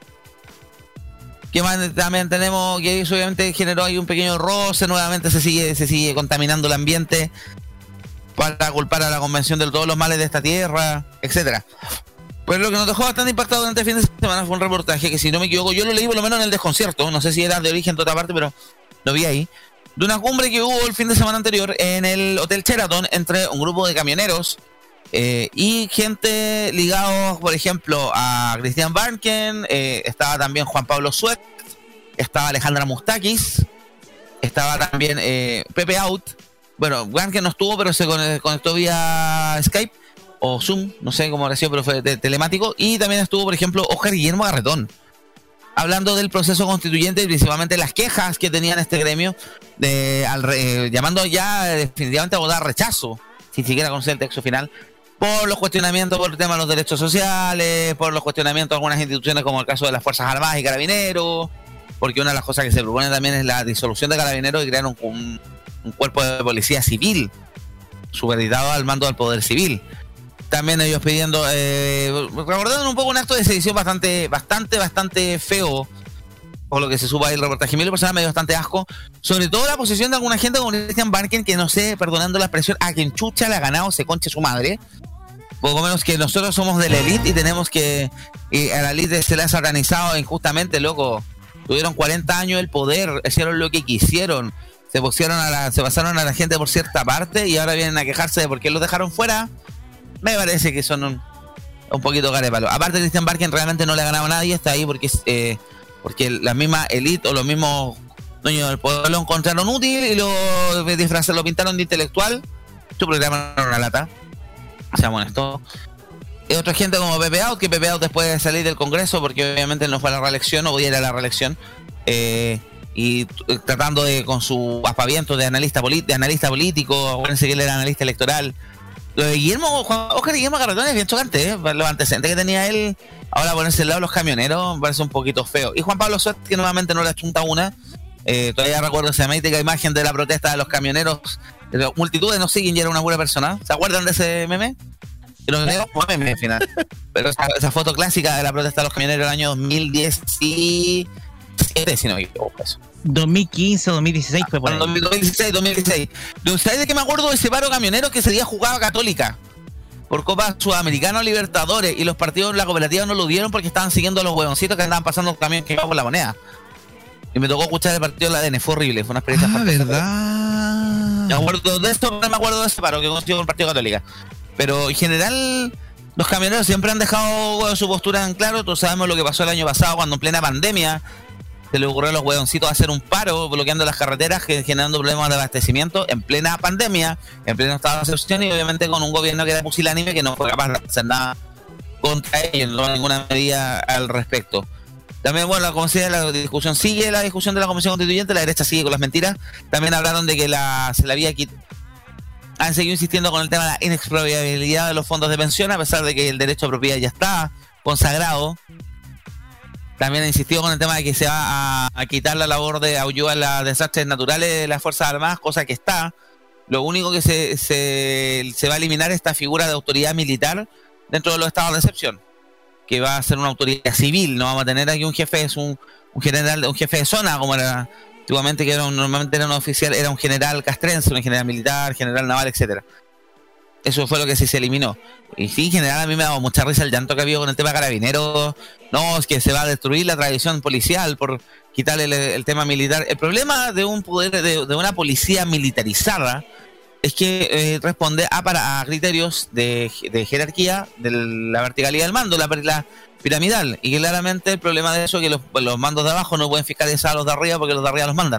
¿Qué más también tenemos? Que eso obviamente generó ahí un pequeño roce, nuevamente se sigue, se sigue contaminando el ambiente para culpar a la convención de todos los males de esta tierra, etcétera. Pues lo que nos dejó bastante impactado durante el fin de semana fue un reportaje que, si no me equivoco, yo lo leí por lo menos en el Desconcierto, no sé si era de origen de otra parte, pero lo vi ahí, de una cumbre que hubo el fin de semana anterior en el Hotel Sheraton entre un grupo de camioneros eh, y gente ligados, por ejemplo, a Cristian Banken, eh, estaba también Juan Pablo Suet, estaba Alejandra Mustakis, estaba también eh, Pepe Out. Bueno, Banken no estuvo, pero se conectó vía Skype o Zoom, no sé cómo ha sido, pero fue de, telemático. Y también estuvo, por ejemplo, Oscar Guillermo Garretón, hablando del proceso constituyente y principalmente las quejas que tenían este gremio, de, al, eh, llamando ya definitivamente a votar rechazo, sin siquiera conocer el texto final, por los cuestionamientos por el tema de los derechos sociales, por los cuestionamientos de algunas instituciones como el caso de las Fuerzas Armadas y Carabineros, porque una de las cosas que se propone también es la disolución de Carabineros y crear un, un, un cuerpo de policía civil, supeditado al mando del poder civil. También ellos pidiendo, eh, recordando un poco un acto de sedición bastante, bastante, bastante feo, por lo que se suba ahí el reportaje. A mí lo personal me dio bastante asco, sobre todo la posición de alguna gente como Christian Banken, que no sé, perdonando la expresión, a quien chucha le ha ganado se conche su madre. Poco menos que nosotros somos de la élite y tenemos que, y a la élite se le ha satanizado injustamente, loco. Tuvieron cuarenta años el poder, hicieron lo que quisieron, se pusieron a la, se pasaron a la gente por cierta parte y ahora vienen a quejarse de por qué los dejaron fuera. Me parece que son un, un poquito carepalo. Aparte, Christian Barken realmente no le ha ganado a nadie, está ahí porque es eh, porque la misma élite o los mismos dueños del poder lo encontraron útil y lo disfrazaron, lo pintaron de intelectual. Su programa era una lata, seamos honestos. Y otra gente como Pepe Out, que Pepe Out después de salir del Congreso, porque obviamente no fue a la reelección, no podía ir a la reelección, eh, y t- tratando de, con su aspaviento de analista, polit- de analista político, acuérdense que él era analista electoral. Lo de Guillermo, Juan, Oscar Guillermo Carretón es bien chocante, ¿eh? Los antecedentes que tenía él, ahora ponerse al lado de los camioneros, me parece un poquito feo. Y Juan Pablo Suárez, que nuevamente no le achunta una, eh, todavía recuerdo esa mítica imagen de la protesta de los camioneros, de multitudes, no sé quién era una buena persona, ¿se acuerdan de ese meme? Y los negros, no meme al final, pero esa, esa foto clásica de la protesta de los camioneros del año dos mil diecisiete, si no me equivoco, eso. dos mil quince, dos mil dieciséis fue por ahí. dos mil dieciséis, dos mil dieciséis. ¿Sabes de qué me acuerdo de ese paro camionero que ese día jugaba Católica? Por Copa Sudamericana Libertadores, y los partidos de la cooperativa no lo dieron porque estaban siguiendo a los huevoncitos que andaban pasando el camión que iba por la moneda. Y me tocó escuchar el partido de la A D N, fue horrible, fue una experiencia. Ah, verdad. Me acuerdo de esto, no me acuerdo de ese paro que consiguió el Partido Católica. Pero en general, los camioneros siempre han dejado su postura en claro. Todos sabemos lo que pasó el año pasado cuando en plena pandemia se le ocurrió a los huevoncitos hacer un paro bloqueando las carreteras, generando problemas de abastecimiento en plena pandemia, en pleno estado de excepción, y obviamente con un gobierno que era pusilánime, que no fue capaz de hacer nada contra ellos, no tomó ninguna medida al respecto. También, bueno, como decía, la discusión sigue, la discusión de la Comisión Constituyente, la derecha sigue con las mentiras. También hablaron de que la, se la había quitado. Han seguido insistiendo con el tema de la inexpropiabilidad de los fondos de pensión, a pesar de que el derecho a propiedad ya está consagrado. También ha insistido con el tema de que se va a, a quitar la labor de ayuda a los desastres naturales de las Fuerzas Armadas, cosa que está. Lo único que se, se, se va a eliminar es esta figura de autoridad militar dentro de los estados de excepción, que va a ser una autoridad civil. No vamos a tener aquí un jefe, es un, un general, un jefe de zona, como era antiguamente, que era un, normalmente era un oficial, era un general castrense, un general militar, general naval, etcétera. Eso fue lo que sí se eliminó. Y sí, en general a mí me ha dado mucha risa el llanto que ha habido con el tema carabineros. No, es que se va a destruir la tradición policial por quitarle el, el tema militar. El problema de un poder, de, de una policía militarizada, es que eh, responde a, para, a criterios de, de jerarquía, de la verticalidad del mando, la, la piramidal. Y claramente el problema de eso es que los, los mandos de abajo no pueden fiscalizar a los de arriba porque los de arriba los mandan.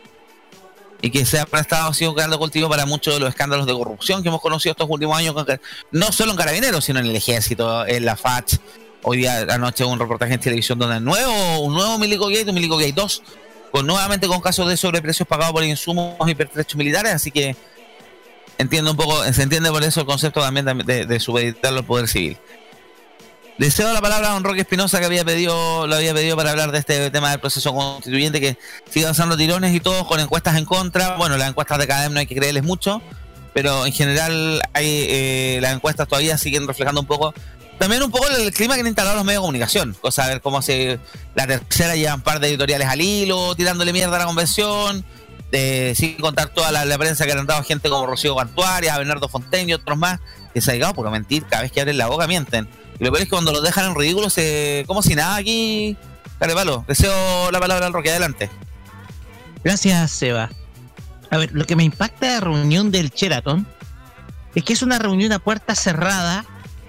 Y que se ha prestado, ha sido un caldo de cultivo para muchos de los escándalos de corrupción que hemos conocido estos últimos años, no solo en Carabineros, sino en el Ejército, en la F A C H. Hoy día, anoche, un reportaje en televisión donde el nuevo, un nuevo Milico Gate, un Milico Gate dos, con nuevamente con casos de sobreprecios pagados por insumos y pertrechos militares. Así que entiendo un poco, se entiende por eso el concepto también de, de, de supeditarlo al poder civil. Le cedo la palabra a don Roque Espinosa, que había pedido, lo había pedido para hablar de este tema del proceso constituyente, que sigue avanzando tirones y todo, con encuestas en contra. Bueno, las encuestas de Cadem no hay que creerles mucho, pero en general hay eh, las encuestas todavía siguen reflejando un poco, también un poco el clima que han instalado los medios de comunicación. Cosa, a ver cómo se, la tercera lleva un par de editoriales al hilo, tirándole mierda a la convención, de, sin contar toda la, la prensa que han dado gente como Rocío Gantuari, a Bernardo Fontaine y otros más, que se ha llegado por mentir, cada vez que abren la boca mienten. Y lo peor es que cuando los dejan en ridículo, se, como si nada aquí. Carepalo, deseo la palabra al Roque, adelante. Gracias, Seba. A ver, lo que me impacta de la reunión del Sheraton es que es una reunión a puerta cerrada,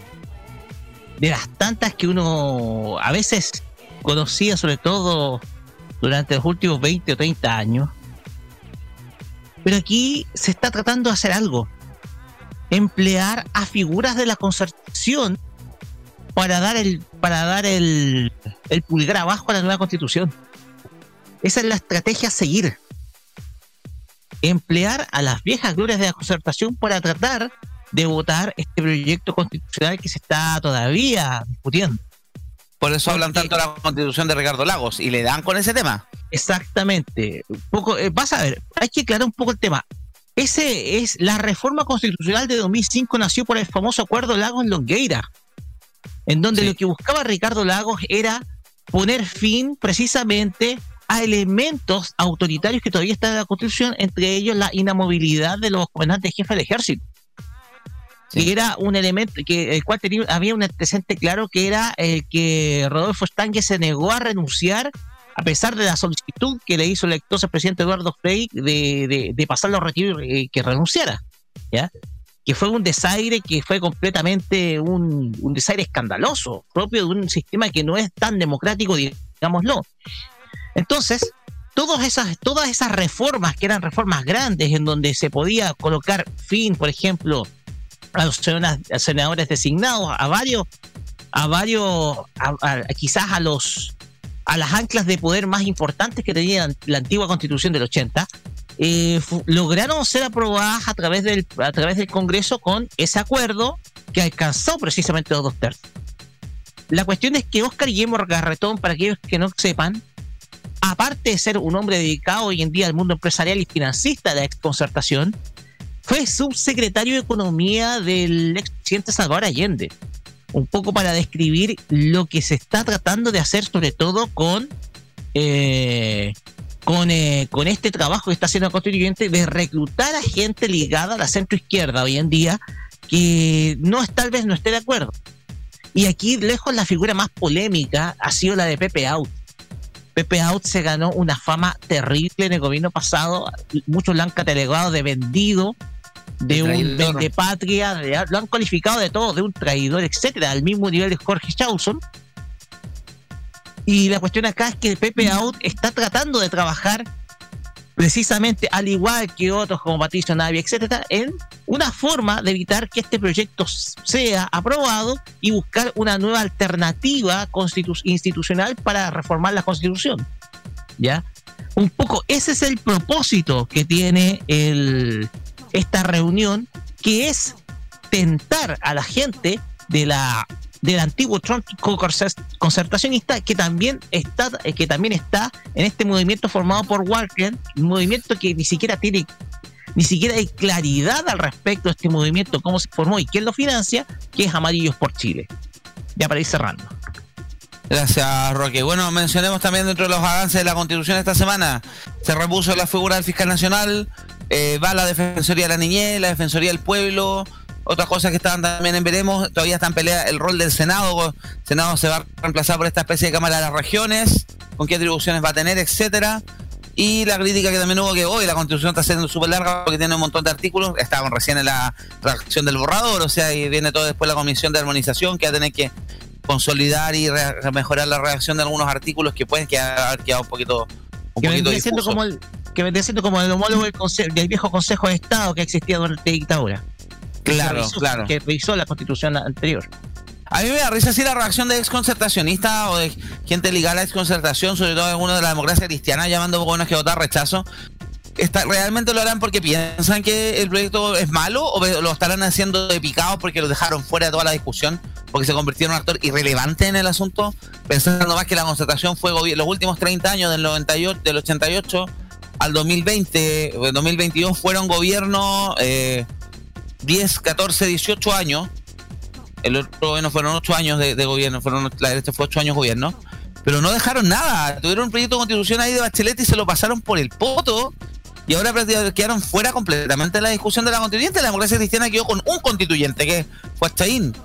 de las tantas que uno a veces conocía, sobre todo durante los últimos veinte o treinta años. Pero aquí se está tratando de hacer algo, emplear a figuras de la concertación para dar el para dar el, el pulgar abajo a la nueva constitución. Esa es la estrategia a seguir. Emplear a las viejas glorias de la concertación para tratar de votar este proyecto constitucional que se está todavía discutiendo. Por eso hablan tanto de la constitución de Ricardo Lagos y le dan con ese tema. Exactamente. Un poco, eh, vas a ver, hay que aclarar un poco el tema. Ese es la reforma constitucional de dos mil cinco, nació por el famoso acuerdo Lagos-Longueira, en donde sí, lo que buscaba Ricardo Lagos era poner fin precisamente a elementos autoritarios que todavía están en la Constitución, entre ellos la inamovilidad de los comandantes jefes del ejército. Sí. Que era un elemento que el cual tenía, había un antecedente claro, que era el que Rodolfo Stange se negó a renunciar a pesar de la solicitud que le hizo el entonces presidente Eduardo Frei de, de, de pasar los retiros y que renunciara, ¿ya? Que fue un desaire, que fue completamente un, un desaire escandaloso, propio de un sistema que no es tan democrático, digamos, digámoslo. Entonces, todas esas, todas esas reformas que eran reformas grandes en donde se podía colocar fin, por ejemplo, a los senadores designados, a varios, a varios, a, a, quizás a los, a las anclas de poder más importantes que tenía la antigua Constitución del ochenta, eh, lograron ser aprobadas a través del, a través del Congreso con ese acuerdo que alcanzó precisamente los dos tercios. La cuestión es que Óscar Guillermo Garretón, para aquellos que no sepan, aparte de ser un hombre dedicado hoy en día al mundo empresarial y financista de la exconcertación, fue subsecretario de Economía del expresidente Salvador Allende. Un poco para describir lo que se está tratando de hacer, sobre todo con, eh, con, eh, con este trabajo que está haciendo el constituyente de reclutar a gente ligada a la centroizquierda hoy en día, que no tal vez no esté de acuerdo. Y aquí, lejos, la figura más polémica ha sido la de Pepe Out. Pepe Out se ganó una fama terrible en el gobierno pasado. Muchos lo han catalogado de vendido, de un vendepatria, de, lo han calificado de todo, de un traidor, etcétera, al mismo nivel de Jorge Chauson. Y la cuestión acá es que Pepe Out está tratando de trabajar precisamente, al igual que otros como Patricio Navia, etcétera, en una forma de evitar que este proyecto sea aprobado y buscar una nueva alternativa constitu- institucional para reformar la Constitución. ¿Ya? Un poco ese es el propósito que tiene el, esta reunión, que es tentar a la gente de la del antiguo tronco concertacionista que también está que también está en este movimiento formado por Walker, un movimiento que ni siquiera tiene ni siquiera hay claridad al respecto de este movimiento, cómo se formó y quién lo financia, que es Amarillos por Chile. Ya para ir cerrando. Gracias, Roque. Bueno, mencionemos también dentro de los avances de la Constitución esta semana, se repuso la figura del fiscal nacional, eh, va la Defensoría de la Niñez, la Defensoría del Pueblo. Otras cosas que estaban también en veremos, todavía está en pelea el rol del Senado. El Senado se va a reemplazar por esta especie de Cámara de las Regiones, con qué atribuciones va a tener, etcétera. Y la crítica que también hubo, que hoy la Constitución está siendo súper larga porque tiene un montón de artículos. Estaban recién en la redacción del borrador, o sea, y viene todo después la Comisión de Armonización, que va a tener que consolidar y re- mejorar la redacción de algunos artículos que pueden quedar, haber quedado un poquito, un que poquito vendría siendo como el que vendría siendo como el homólogo del, conse- del viejo Consejo de Estado que existía durante la dictadura. Claro, que revisó, claro. Que revisó la Constitución anterior. A mí me da risa así la reacción de exconcertacionistas o de gente ligada a la exconcertación, sobre todo algunos de la democracia cristiana, llamando buenos que votar rechazo. Está, ¿realmente lo harán porque piensan que el proyecto es malo o lo estarán haciendo de picados porque lo dejaron fuera de toda la discusión, porque se convirtieron en un actor irrelevante en el asunto, pensando más que la concertación fue gobi- los últimos treinta años del noventa y ocho, del ochenta y ocho al dos mil veinte, dos mil veintidós fueron gobierno eh, diez, catorce, dieciocho años. El otro gobierno fueron ocho años de, de gobierno, fueron la derecha fue ocho años gobierno, pero no dejaron nada. Tuvieron un proyecto de constitución ahí de Bachelet y se lo pasaron por el poto, y ahora quedaron fuera completamente de la discusión de la constituyente. La democracia cristiana quedó con un constituyente, que fue Chaín.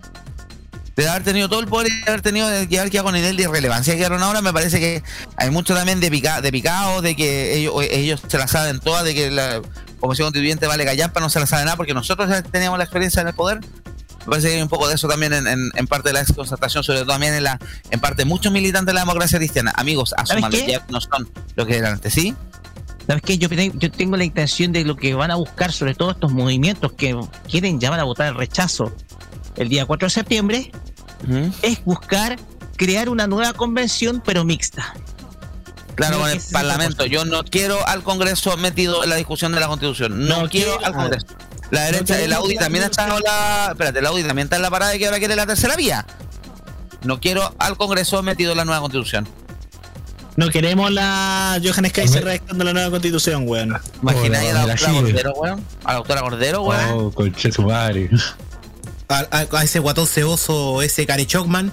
De haber tenido todo el poder y de haber tenido de haber quedado con el nivel de irrelevancia que quedaron ahora, me parece que hay mucho también de pica, de picados, de que ellos, ellos se la saben todas, de que la Comisión Constituyente vale callampa, no se la sabe nada, porque nosotros ya teníamos la experiencia en el poder. Me parece que hay un poco de eso también en, en, en parte de la exconcertación, sobre todo también en la en parte muchos militantes de la democracia cristiana. Amigos, asúmanlo, ya no son lo que eran antes, ¿sí? ¿Sabes qué? Yo, yo tengo la intención de lo que van a buscar, sobre todo estos movimientos que quieren llamar a votar el rechazo el día cuatro de septiembre, uh-huh. es buscar crear una nueva convención, pero mixta. Claro, con el Parlamento. Yo no quiero al Congreso metido en la discusión de la Constitución. No, no quiero al Congreso. La derecha, no el Audi también está en la... Espérate, el Audi también está en la parada de que ahora quiere la tercera vía. No quiero al Congreso metido en la nueva Constitución. No queremos la Johannes Kaiser redactando la nueva Constitución, weón. Imagináis a la doctora Cordero, weón. A la doctora Cordero, weón. Oh, conche su madre. A, a, a ese guatón ceboso, ese Carichocman.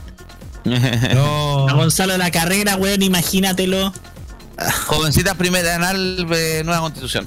No. A Gonzalo de la Carrera, weón, imagínatelo. Jovencitas primera anal, eh, nueva Constitución.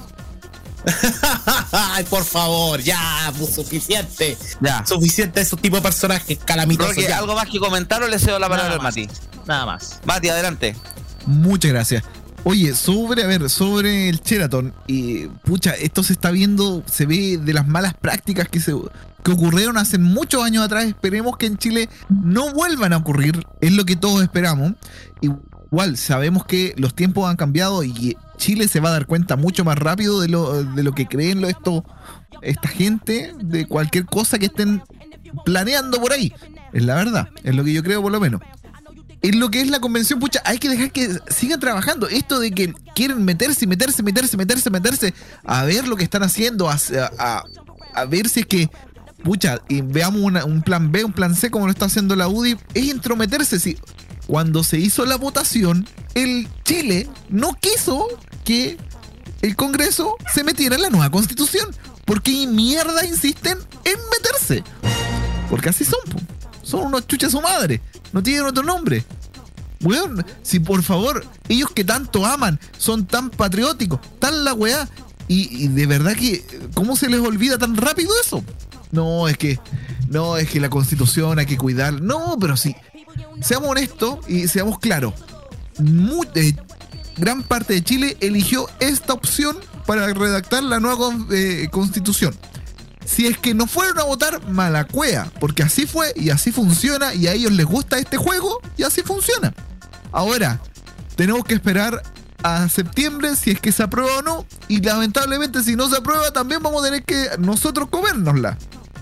Ay, por favor, ya, pues, suficiente. Ya. Suficiente esos tipos de personajes calamitosos. Roque, ¿algo más que comentar o le cedo la palabra al Mati? Nada más. Mati, adelante. Muchas gracias. Oye, sobre, a ver, sobre el Sheraton, y pucha, esto se está viendo, se ve de las malas prácticas que se que ocurrieron hace muchos años atrás. Esperemos que en Chile no vuelvan a ocurrir, es lo que todos esperamos. Igual, sabemos que los tiempos han cambiado y Chile se va a dar cuenta mucho más rápido de lo, de lo que creen lo, esto, esta gente, de cualquier cosa que estén planeando por ahí. Es la verdad, es lo que yo creo por lo menos. En lo que es la convención, pucha, hay que dejar que sigan trabajando. Esto de que quieren meterse, meterse, meterse, meterse, meterse, a ver lo que están haciendo, a, a, a ver si es que, pucha, y veamos una, un plan B, un plan C, como lo está haciendo la U D I, es intrometerse. Si, cuando se hizo la votación, el Chile no quiso que el Congreso se metiera en la nueva Constitución. Porque mierda insisten en meterse. Porque así son, po. Son unos chuchas su madre. No tienen otro nombre. Weón, si por favor, ellos que tanto aman, son tan patrióticos, tan la weá, y, y de verdad que, ¿cómo se les olvida tan rápido eso? No, es que, no, es que la Constitución hay que cuidar. No, pero sí, seamos honestos y seamos claros. Muy, eh, gran parte de Chile eligió esta opción para redactar la nueva eh, Constitución. Si es que no fueron a votar, mala cuea, porque así fue y así funciona, y a ellos les gusta este juego y así funciona. Ahora, tenemos que esperar a septiembre si es que se aprueba o no, y lamentablemente si no se aprueba también vamos a tener que nosotros comérnosla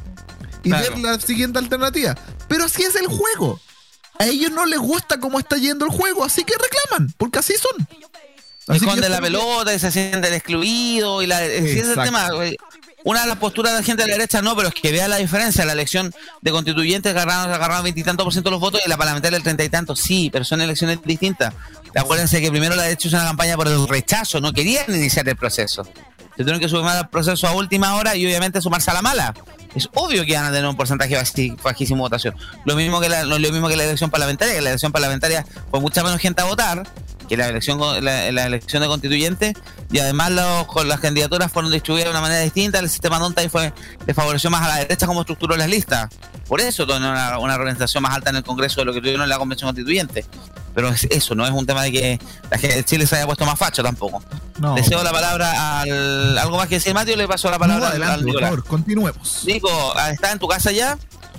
y claro, ver la siguiente alternativa. Pero así es el juego. A ellos no les gusta cómo está yendo el juego, así que reclaman, porque así son. Así esconde la pelota y se sienten excluidos y la, ese es el tema. Una de las posturas de la gente de la derecha, no, pero es que vea la diferencia. La elección de constituyentes agarraron, agarraron veintitantos por ciento de los votos y la parlamentaria el treinta y tantos. Sí, pero son elecciones distintas. Acuérdense que primero la derecha hizo una campaña por el rechazo, no querían iniciar el proceso. Se tuvieron que sumar al proceso a última hora y obviamente sumarse a la mala. Es obvio que van a tener un porcentaje bajísimo de votación. Lo mismo que la, lo mismo que la elección parlamentaria, que la elección parlamentaria fue mucha menos gente a votar que la elección la, la elección de constituyentes, y además los, con las candidaturas fueron distribuidas de una manera distinta. El sistema Donta fue le favoreció más a la derecha como estructuró las listas, por eso tuvieron una, una representación más alta en el Congreso de lo que tuvieron en la convención constituyente. Pero es eso, no es un tema de que la gente de Chile se haya puesto más facho tampoco. No. Deseo la palabra al algo más que decir Mateo, le paso la palabra no, adelante, al Nicolás. Por favor, continuemos. Nico, ¿estás en tu casa ya?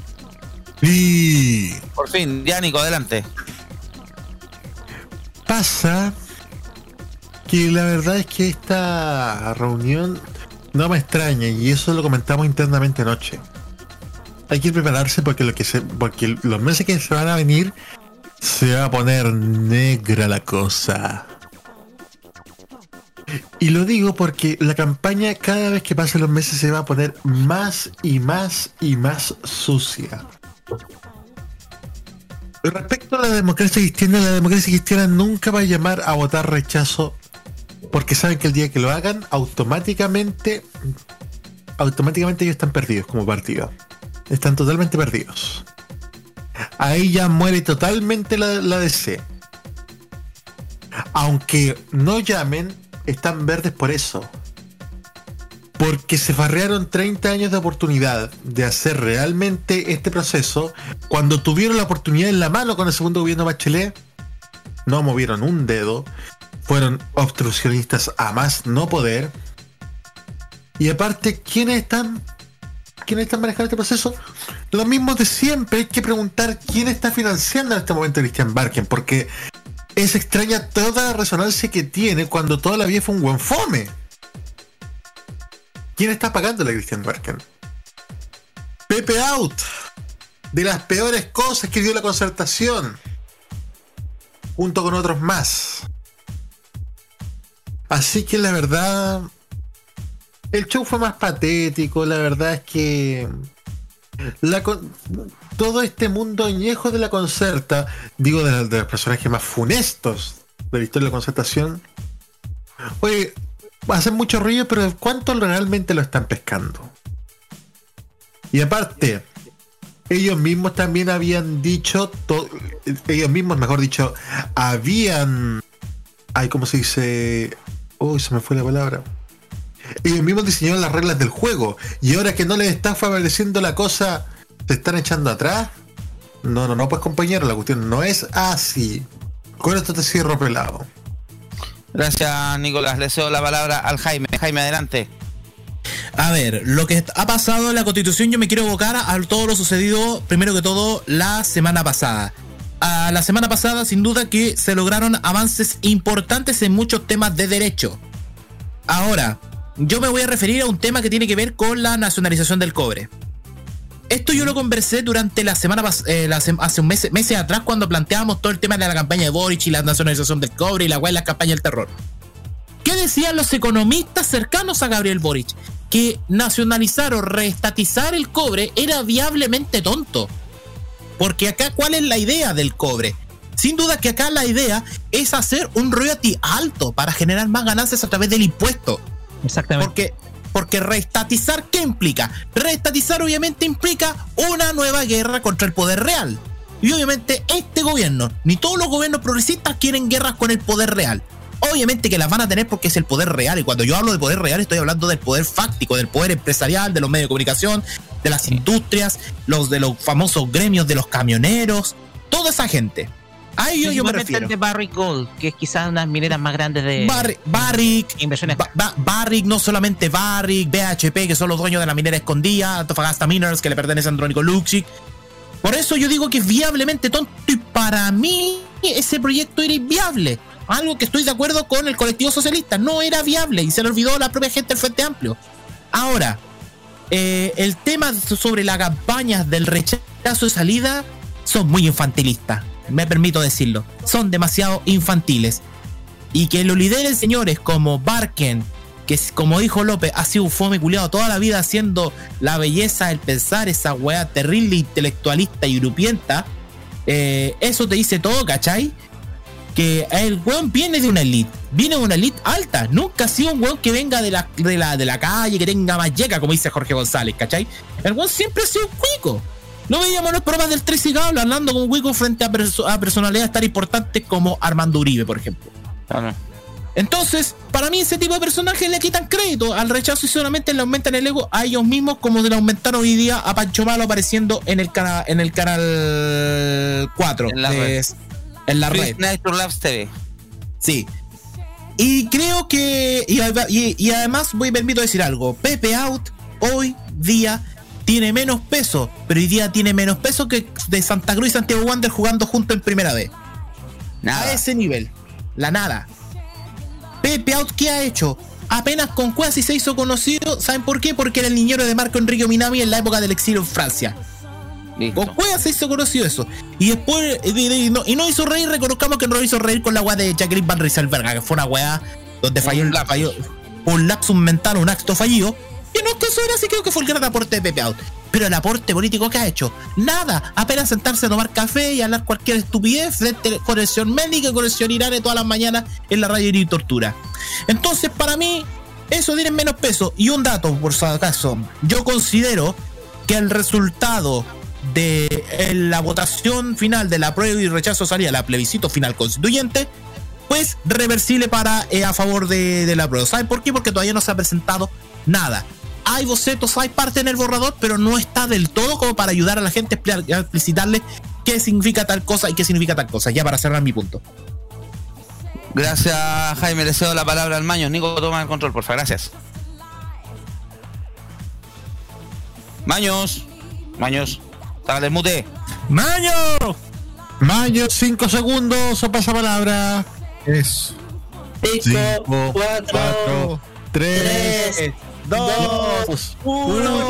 Sí. Por fin, ya Nico, adelante. Pasa que la verdad es que esta reunión no me extraña, y eso lo comentamos internamente anoche. Hay que prepararse porque lo que se, porque los meses que se van a venir se va a poner negra la cosa. Y lo digo porque la campaña cada vez que pasen los meses se va a poner más y más y más sucia. Respecto a la democracia cristiana, la democracia cristiana nunca va a llamar a votar rechazo, porque saben que el día que lo hagan, automáticamente, automáticamente ellos están perdidos como partido. Están totalmente perdidos. Ahí ya muere totalmente la, la D C. Aunque no llamen, están verdes por eso. Porque se farrearon treinta años de oportunidad de hacer realmente este proceso. Cuando tuvieron la oportunidad en la mano con el segundo gobierno Bachelet, no movieron un dedo. Fueron obstruccionistas a más no poder. Y aparte, ¿quiénes están, quiénes están manejando este proceso? Lo mismo de siempre. Hay que preguntar quién está financiando en este momento a Christian Barken, porque es extraña toda la resonancia que tiene cuando toda la vida fue un buen fome. ¿Quién está pagando la Christian Barken? Pepe Out, de las peores cosas que dio la concertación, junto con otros más. Así que la verdad, el show fue más patético. La verdad es que la con... todo este mundo añejo de la concerta, digo de, la, de los personajes más funestos de la historia de la concertación, oye, hacen mucho ruido, pero ¿cuánto realmente lo están pescando? Y aparte, ellos mismos también habían dicho, to- ellos mismos, mejor dicho, habían, ay, ¿cómo se dice? Uy, se me fue la palabra. Ellos mismos diseñaron las reglas del juego, y ahora que no les está favoreciendo la cosa, ¿se están echando atrás? No, no, no, pues compañero, la cuestión no es así. Con esto te cierro pelado. Gracias, Nicolás. Le cedo la palabra al Jaime. Jaime, adelante. A ver, lo que ha pasado en la Constitución, yo me quiero evocar a todo lo sucedido, primero que todo, la semana pasada. A la semana pasada, sin duda que se lograron avances importantes en muchos temas de derecho. Ahora, yo me voy a referir a un tema que tiene que ver con la nacionalización del cobre. Esto yo lo conversé durante la semana pasada, eh, hace un mes, meses atrás, cuando planteábamos todo el tema de la campaña de Boric y la nacionalización del cobre y la cual la campaña del terror. ¿Qué decían los economistas cercanos a Gabriel Boric? Que nacionalizar o reestatizar el cobre era viablemente tonto. Porque acá, ¿cuál es la idea del cobre? Sin duda que acá la idea es hacer un royalty alto para generar más ganancias a través del impuesto. Exactamente. Porque, porque reestatizar, ¿qué implica? Reestatizar obviamente implica una nueva guerra contra el poder real. Y obviamente este gobierno, ni todos los gobiernos progresistas quieren guerras con el poder real. Obviamente que las van a tener porque es el poder real. Y cuando yo hablo de poder real estoy hablando del poder fáctico, del poder empresarial, de los medios de comunicación, de las industrias, los de los famosos gremios de los camioneros, toda esa gente. A ello yo me refiero. El de Barrick Gold, que es quizás una de las mineras más grandes de Barrick, Barrick, inversiones. Ba- Ba- Barrick, no solamente Barrick, B H P, que son los dueños de la minera escondida, Antofagasta Minerals, que le pertenece a Andrónico Luksic. Por eso yo digo que es viablemente tonto, y para mí ese proyecto era inviable. Algo que estoy de acuerdo con el colectivo socialista, no era viable y se le olvidó a la propia gente del Frente Amplio. Ahora, eh, el tema sobre las campañas del rechazo de salida son muy infantilistas, me permito decirlo, son demasiado infantiles. Y que lo lideren señores como Barken, que como dijo López, ha sido un fome culiado toda la vida haciendo la belleza del pensar, esa weá terrible, intelectualista y grupienta, eh, eso te dice todo, ¿cachai? Que el weón viene de una elite, viene de una elite alta, nunca ha sido un weón que venga de la, de la, de la calle, que tenga más yeca, como dice Jorge González, ¿cachai? El weón siempre ha sido un cuico. No veíamos las pruebas del tres y Gablo hablando como cuico frente a, perso- a personalidades tan importantes como Armando Uribe, por ejemplo. Claro. Entonces, para mí ese tipo de personajes le quitan crédito al rechazo y solamente le aumentan el ego a ellos mismos, como se le aumentaron hoy día a Pancho Malo apareciendo en el, cana- en el canal cuatro. En la de- red. En la Free red. Nature Labs T V. Sí. Y creo que. Y, y, y además, voy permito decir algo. Pepe Out hoy día tiene menos peso, pero hoy día tiene menos peso que de Santa Cruz y Santiago Wander jugando juntos en primera vez. Nada. A ese nivel. La nada. Pepe Out, ¿qué ha hecho? Apenas con Cuasi se hizo conocido. ¿Saben por qué? Porque era el niñero de Marco Enrique Minami en la época del exilio en Francia. Listo. Con Cueva se hizo conocido eso. Y después, y, y, y no, y no hizo reír, reconozcamos que no hizo reír con la weá de Jacqueline Van Rieselberg, que fue una weá donde falló un, falló, un lapsus mental, un acto fallido. Y no esto era así, creo que fue el gran aporte de Pepe Out. Pero el aporte político que ha hecho, nada, apenas sentarse a tomar café y hablar cualquier estupidez frente con el señor médico y con el señor Irane todas las mañanas en la radio y tortura. Entonces, para mí, eso tiene menos peso. Y un dato, por si acaso, yo considero que el resultado de la votación final de la apruebo y rechazo salida, la plebiscito final constituyente, pues reversible para eh, a favor de, de la apruebo. ¿Saben por qué? Porque todavía no se ha presentado nada. Hay bocetos, hay parte en el borrador, pero no está del todo como para ayudar a la gente a explicitarle qué significa tal cosa y qué significa tal cosa. Ya para cerrar mi punto. Gracias, Jaime. Le cedo la palabra al Maños. Nico, toma el control, porfa. Gracias. Maños. Maños. Dale, mute. ¡Maño! Maño, cinco segundos, o pasa palabra. Eso. cinco, cuatro, tres, dos, uno.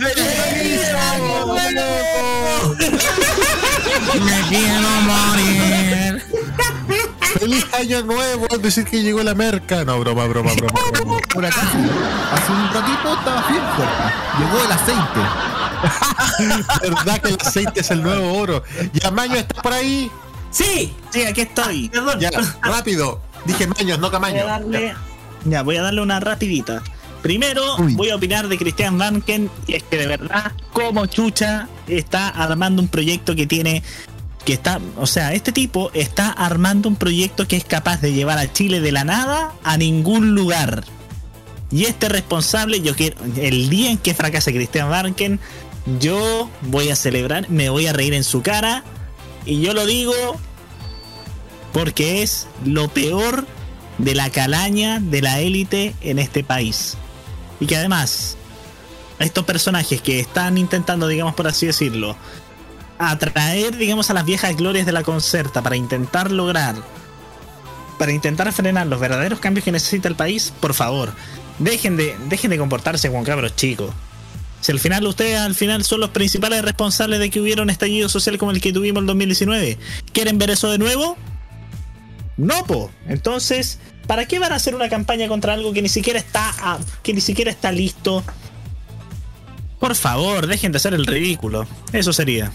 Me quiero morir. ¡Feliz año nuevo! Es decir que llegó la merca. No, broma, broma, broma. broma. Por acá, hace un ratito estaba bien fuerte. Llegó el aceite. ¿Verdad que el aceite es el nuevo oro? Ya, Maño, ¿estás por ahí? Sí, sí, aquí estoy. Perdón. Ya, rápido. Dije Maños, no Voy a Camaño. darle, ya, voy a darle una rapidita. Primero, Uy. voy a opinar de Christian Vanken, y es que de verdad, como chucha, está armando un proyecto que tiene, que está, o sea, este tipo está armando un proyecto que es capaz de llevar a Chile de la nada a ningún lugar. Y este responsable, yo quiero, el día en que fracase Christian Vanken, yo voy a celebrar, me voy a reír en su cara, y yo lo digo porque es lo peor de la calaña de la élite en este país. Y que además, estos personajes que están intentando, digamos por así decirlo, atraer, digamos, a las viejas glorias de la Concerta para intentar lograr, para intentar frenar los verdaderos cambios que necesita el país, por favor, dejen de, dejen de comportarse como cabros chicos. Si al final ustedes al final son los principales responsables de que hubiera un estallido social como el que tuvimos en dos mil diecinueve, ¿quieren ver eso de nuevo? No, po. Entonces, ¿para qué van a hacer una campaña contra algo que ni siquiera está a, que ni siquiera está listo? Por favor, dejen de hacer el ridículo. Eso sería.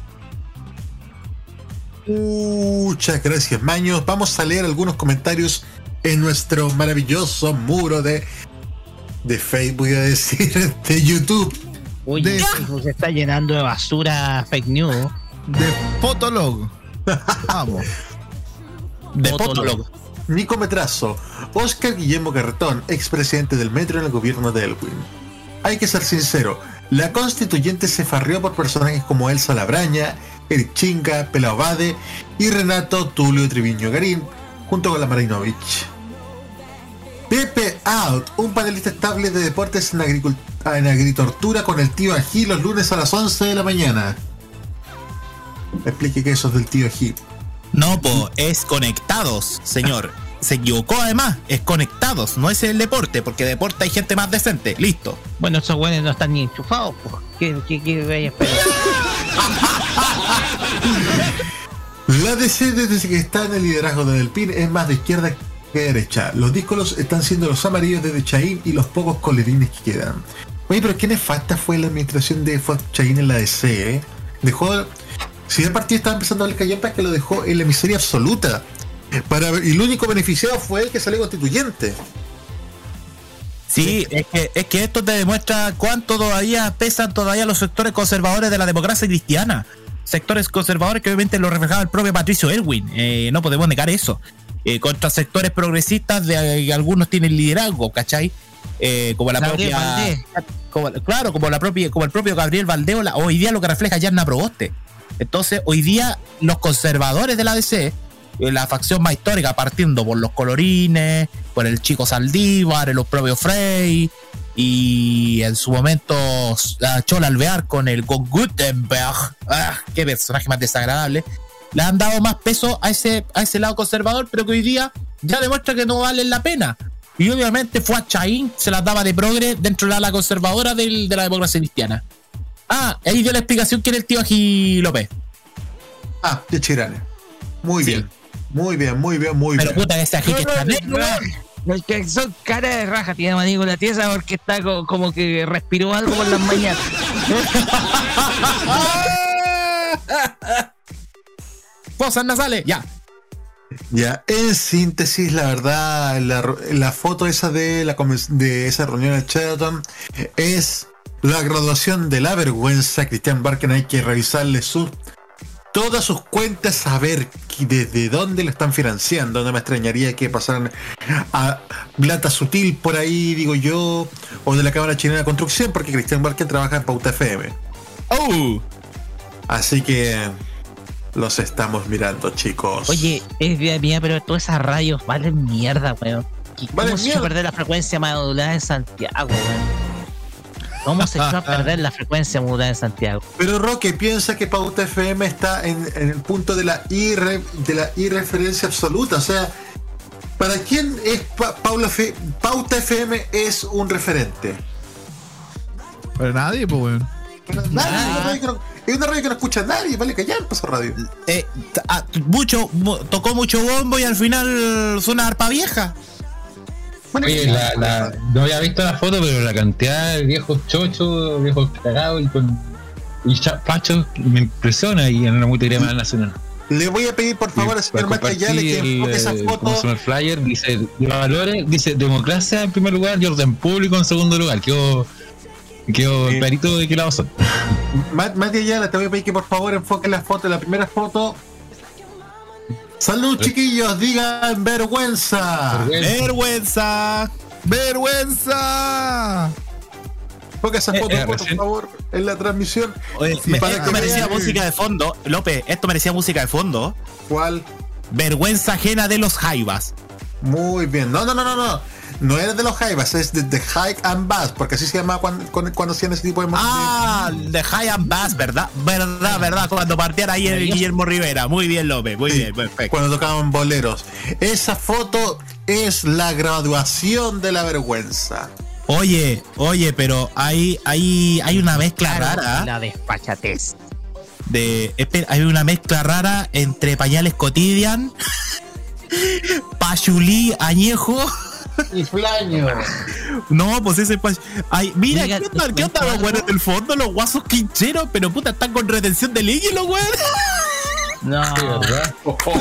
Muchas gracias, Maños. Vamos a leer algunos comentarios en nuestro maravilloso muro de de Facebook, voy a decir, de YouTube. Oye, De- Facebook se está llenando de basura fake news. De Fotolog. Vamos. De Fotolog. Fotolog. Nico Metrazo, Oscar Guillermo Carretón, expresidente del Metro en el gobierno de Elwin. Hay que ser sincero, la constituyente se farrió por personajes como Elsa Labraña, Eric Chinga, Pelao Bade y Renato Tulio Triviño Garín, junto con la Marinovich. Pepe Out, un panelista estable de deportes en, agricult- en agritortura con el tío Ají los lunes a las once de la mañana. Explique qué eso es del tío Ají. No, po, es conectados, señor. Se equivocó además, es conectados, no es el deporte, porque deporte hay gente más decente. Listo. Bueno, esos güeyes no están ni enchufados, pues. ¿Qué, qué, qué vaya a esperar? La D C desde que está en el liderazgo de Del Pin es más de izquierda que de derecha. Los díscolos están siendo los amarillos de Chaín y los pocos colerines que quedan. Oye, pero qué nefasta fue la administración de Fox Chaín en la D C, ¿eh? Dejó... Si el partido estaba empezando a ver callampas, que lo dejó en la miseria absoluta. Para, y el único beneficiado fue el que salió constituyente. Sí, es que, es que esto te demuestra cuánto todavía pesan todavía los sectores conservadores de la democracia cristiana. Sectores conservadores que obviamente lo reflejaba el propio Patricio Erwin. Eh, no podemos negar eso. Eh, contra sectores progresistas de eh, algunos tienen liderazgo, ¿cachai? Eh, como la Gabriel propia... Valdés. Como, claro, como la propia, como el propio Gabriel Valdés, la- hoy día lo que refleja Yarna Proboste. Entonces, hoy día los conservadores de la D C, eh, la facción más histórica, partiendo por los colorines, por el chico Saldívar, los propios Frey, y en su momento la Chola Alvear con el Von Gutenberg, ah, qué personaje más desagradable, le han dado más peso a ese, a ese lado conservador, pero que hoy día ya demuestra que no vale la pena. Y obviamente fue a Chaín, se las daba de progre dentro de la ala conservadora del, de la democracia cristiana. Ah, ahí dio la explicación que era el tío Ají López. Ah, de Chirane. Muy Sí. bien. Muy bien, muy bien, muy Pero bien. puta, ese Ají que está negro. Los que son cara de raja, tiene mandíbula tiesa porque está co- como que respiró algo por las mañanas. Fosas nasales, ya. Ya, en síntesis, la verdad, la, la foto esa de la conven- de esa reunión en Sheraton es la graduación de la vergüenza. Cristian Barken, hay que revisarle sus todas sus cuentas, a ver que- desde dónde lo están financiando. No me extrañaría que pasaran a Plata Sutil por ahí, digo yo, o de la Cámara Chilena de Construcción, porque Cristian Barken trabaja en Pauta F M. Oh. Así que los estamos mirando, chicos. Oye, es de mía, pero todas esas radios valen mierda, weón. ¿Y ¿Cómo Valen se echó mierda. a perder la frecuencia modulada en Santiago, weón? ¿Cómo se echó a perder la frecuencia modulada en Santiago? Pero Roque piensa que Pauta F M está en, en el punto de la irre, de la irreferencia absoluta. O sea, ¿para quién es Pa- Paula F- Pauta F M es un referente? Para nadie, pues, weón. Para nadie, es una radio que no- es una radio que no escucha a nadie, vale callar por esa radio. Eh, t- ah, mucho, mu- tocó mucho bombo y al final suena arpa vieja. Oye, la, la, no había visto la foto, pero la cantidad de viejos chochos, viejos cagados y con y cha- fachos me impresiona y en una mutería más nacional. Le voy a pedir por favor al señor Para Matayale que compartir enfoque esa el, eh, ¿cómo se foto. llama el flyer? Dice de valores, dice democracia en primer lugar y orden público en segundo lugar. Quedó, quedó Sí. clarito de qué lado son. Ma- Mati Ayala, te voy a pedir que por favor enfoque la foto, la primera foto. Salud, chiquillos, digan vergüenza. Vergüenza. ¡Vergüenza! Enfoque esa Eh, foto, eh, por recién- favor, en la transmisión. Oye, Sí, me- para esto que merecía vean. música de fondo. López, esto merecía música de fondo. ¿Cuál? Vergüenza ajena de los Jaivas. Muy bien. No, no, no, no, no. No eres de los Jaivas, es de, de Hike and Bass, porque así se llama cuando, cuando, cuando hacían ese tipo de... Ah, de High and Bass, ¿verdad? Verdad, verdad, cuando partían ahí el Guillermo Rivera. Muy bien, López, muy Sí, bien, perfecto. Cuando tocaban boleros. Esa foto es la graduación de la vergüenza. Oye, oye, pero hay, hay, hay una mezcla rara. La despachatez. De, espera, hay una mezcla rara entre pañales Cotidian, Pachulí añejo y Flaño. No, pues ese pa... Ay, mira, Mira, ¿qué onda? ¿Qué onda los güeyes del fondo? Los guasos quincheros, pero puta, están con retención de líquido los güeyes. No. Sí, ¿verdad?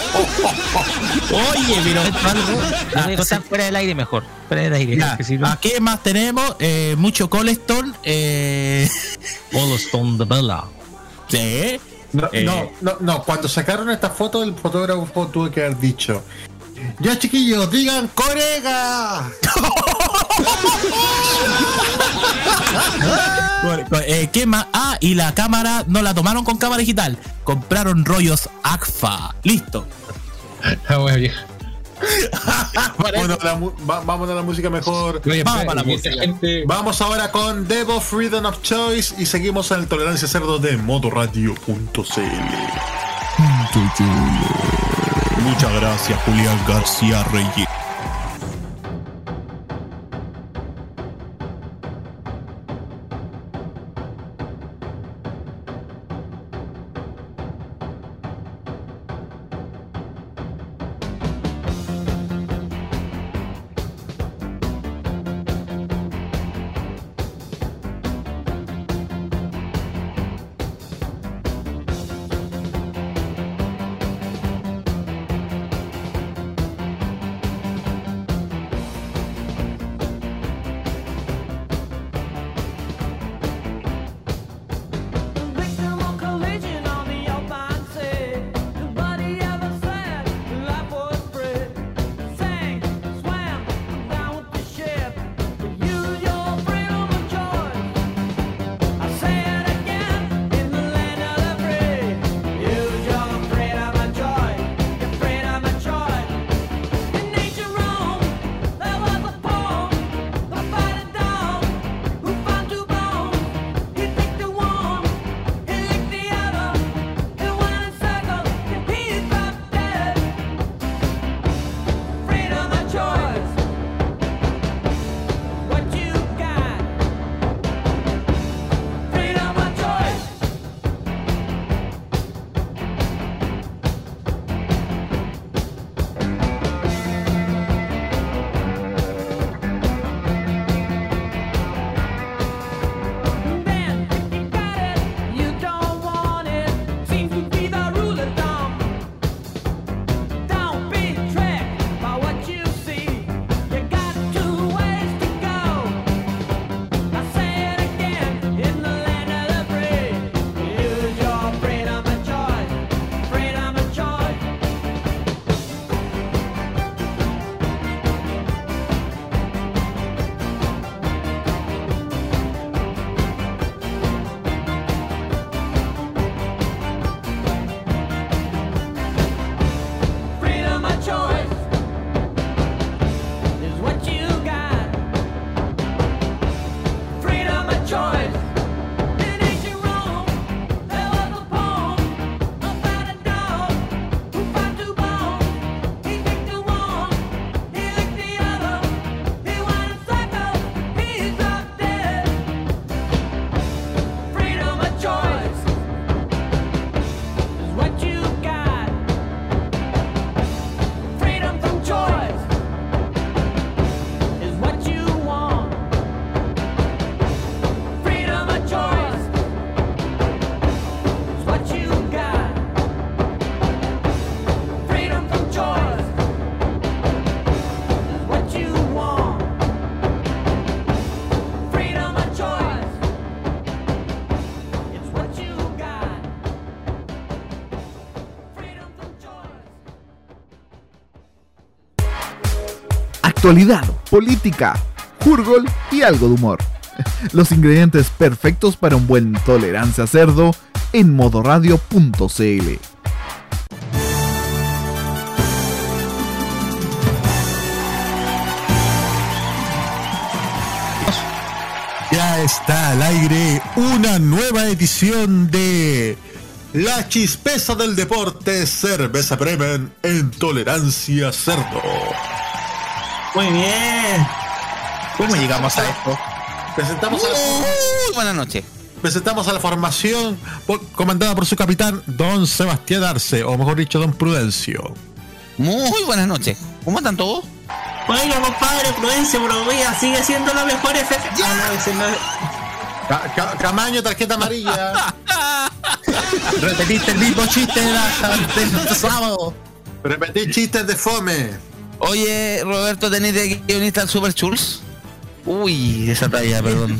Oye, pero Ah, está fuera del aire mejor. Fuera del aire. Ya, Si no... ¿a qué más tenemos? Eh, mucho Coleston. Eh... Coleston de Bella. Sí. No, Eh. no, no, no, cuando sacaron esta foto, el fotógrafo tuvo que haber dicho: ya, chiquillos, digan Corega. eh, ¿Qué más? Ah, y la cámara no la tomaron con cámara digital. Compraron rollos A C F A. Listo. Ah, wea vieja. Vámonos a la, mu- va- vámonos a la música mejor. Oye, Vamos espera, a la y esta música. gente- Vamos ahora con Devo Freedom of Choice y seguimos en el Tolerancia Cerdo de modoradio punto c l. Muchas gracias, Julián García Reyes. Actualidad, política, jurgol y algo de humor. Los ingredientes perfectos para un buen Tolerancia Cerdo en modoradio punto c l. está al aire una nueva edición de La Chispeza del Deporte, Cerveza Bremen en Tolerancia Cerdo. Muy bien. ¿Cómo llegamos a esto? Presentamos a la, uh, buenas noches. Presentamos a la formación por, comandada por su capitán, don Sebastián Arce, o mejor dicho, don Prudencio. Muy buenas noches. ¿Cómo están todos? Oiga, compadre, Prudencio, Brovía sigue siendo la mejor F F. ¡Ya! Ah, no, ese no es... Ca- ca- Camaño, tarjeta amarilla. Repetiste el mismo chiste de la- del sábado. Repetí chistes de fome. Oye, Roberto, ¿tenés de guionista al Super Chulz? Uy, esa talla, perdón.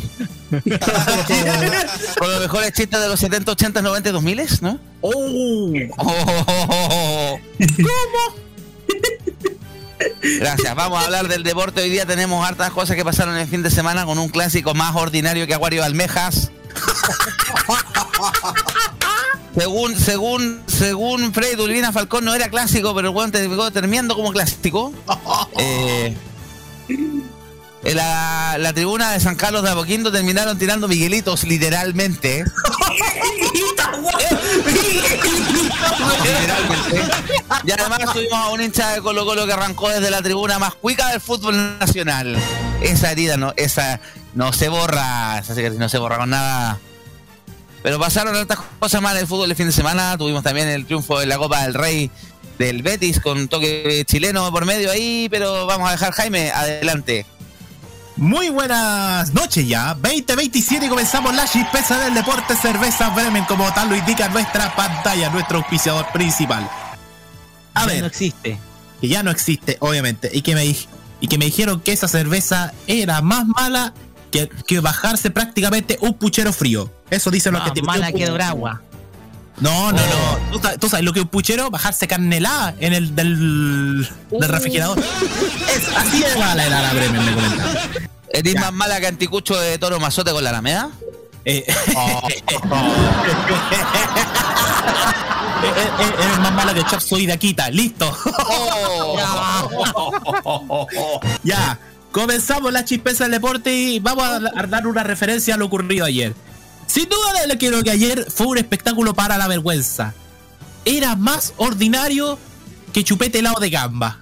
Con los mejores chistes de los setenta, ochenta, noventa y dos mil, ¿no? Oh. Oh. ¿Cómo? Gracias, vamos a hablar del deporte. Hoy día tenemos hartas cosas que pasaron el fin de semana con un clásico más ordinario que Aguario de Almejas. Según, según, según Freddy Urbina Falcón no era clásico, pero el weón terminó terminando como clásico. Eh, en la, la tribuna de San Carlos de Apoquindo terminaron tirando Miguelitos, literalmente. Literalmente. Y además tuvimos a un hincha de Colo Colo que arrancó desde la tribuna más cuica del fútbol nacional. Esa herida no, esa no se borra, esa cicatriz no se borra con nada. Pero pasaron otras cosas más en el fútbol el fin de semana. Tuvimos también el triunfo de la Copa del Rey del Betis con toque chileno por medio ahí, pero vamos a dejar Jaime adelante. Muy buenas noches ya, veinte veintisiete y comenzamos La Chispeza del Deporte, Cerveza Bremen, como tal lo indica nuestra pantalla, nuestro auspiciador principal. A ya ver, no existe. Que ya no existe, obviamente, y que me, y que me dijeron que esa cerveza era más mala que, que bajarse prácticamente un puchero frío. Eso dicen los Más que te mala que Doragua. No, no, no. ¿Tú sabes, tú sabes lo que es un puchero? Bajarse carne helada en el del, del refrigerador. Es así de mala era la Bremen, me comentaron. ¿Eres más mala que Anticucho de Toro Mazote con la Alameda? Eh, oh. es, es, es más mala que Chop Suey de Akita. Listo. Oh. Ya. Comenzamos La Chispeza del Deporte y vamos a, a dar una referencia a lo ocurrido ayer. Sin duda, le quiero que ayer fue un espectáculo para la vergüenza. Era más ordinario que chupete helado de gamba.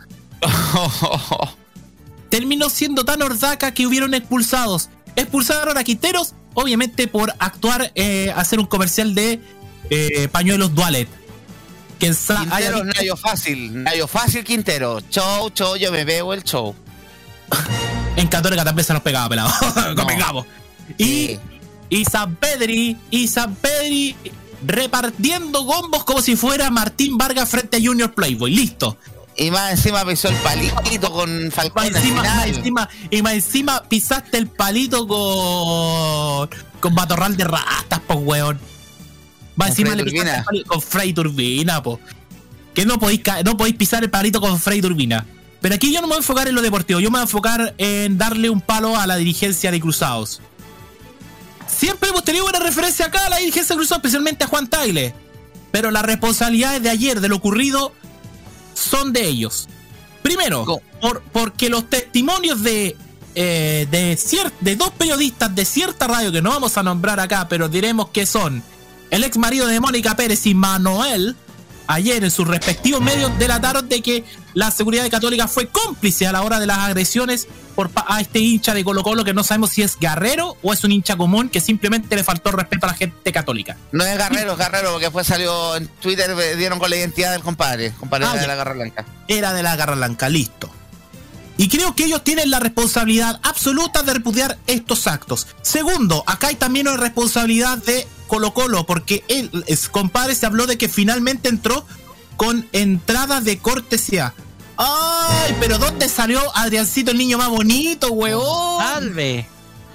Terminó siendo tan ordaca que hubieron expulsados. Expulsaron a Quinteros, obviamente por actuar, eh, hacer un comercial de eh, pañuelos Dualet. Que Quintero, Nayo fácil, Nayo fácil Quintero. Show, show, yo me veo el show. En Católica también se nos pegaba, pelado. Nos no. pegamos. Y... Y San Pedri, y San Pedri repartiendo gombos como si fuera Martín Vargas frente a Junior Playboy. Listo. Y más encima pisó el palito con Falcón. Más encima, más encima, y más encima pisaste el palito con con Matorral de Rastas, po, weón. Más encima le pisaste el palito con Fray Turbina, po. Que no podéis, no podéis pisar el palito con Fray Turbina. Pero aquí yo no me voy a enfocar en lo deportivo. Yo me voy a enfocar en darle un palo a la dirigencia de Cruzados. Siempre hemos tenido buena referencia acá a la dirigencia de Cruzados, especialmente a Juan Tagle. Pero las responsabilidades de ayer, de lo ocurrido, son de ellos. Primero, por, porque los testimonios de, eh, de, cier- de dos periodistas de cierta radio, que no vamos a nombrar acá, pero diremos que son el ex marido de Mónica Pérez y Manuel, ayer en sus respectivos medios delataron de que la seguridad católica fue cómplice a la hora de las agresiones por pa- a este hincha de Colo Colo, que no sabemos si es guerrero o es un hincha común que simplemente le faltó respeto a la gente católica. No es Guerrero, es Guerrero, porque después salió en Twitter, dieron con la identidad del compadre, compadre ah, de la Garra Blanca. Era de la Garra Blanca, listo. Y creo que ellos tienen la responsabilidad absoluta de repudiar estos actos. Segundo, acá hay también una responsabilidad de Colo Colo, porque él, es, compadre, se habló de que finalmente entró con entradas de cortesía. ¡Ay! Pero ¿dónde salió Adriancito, el niño más bonito, huevón? Salve.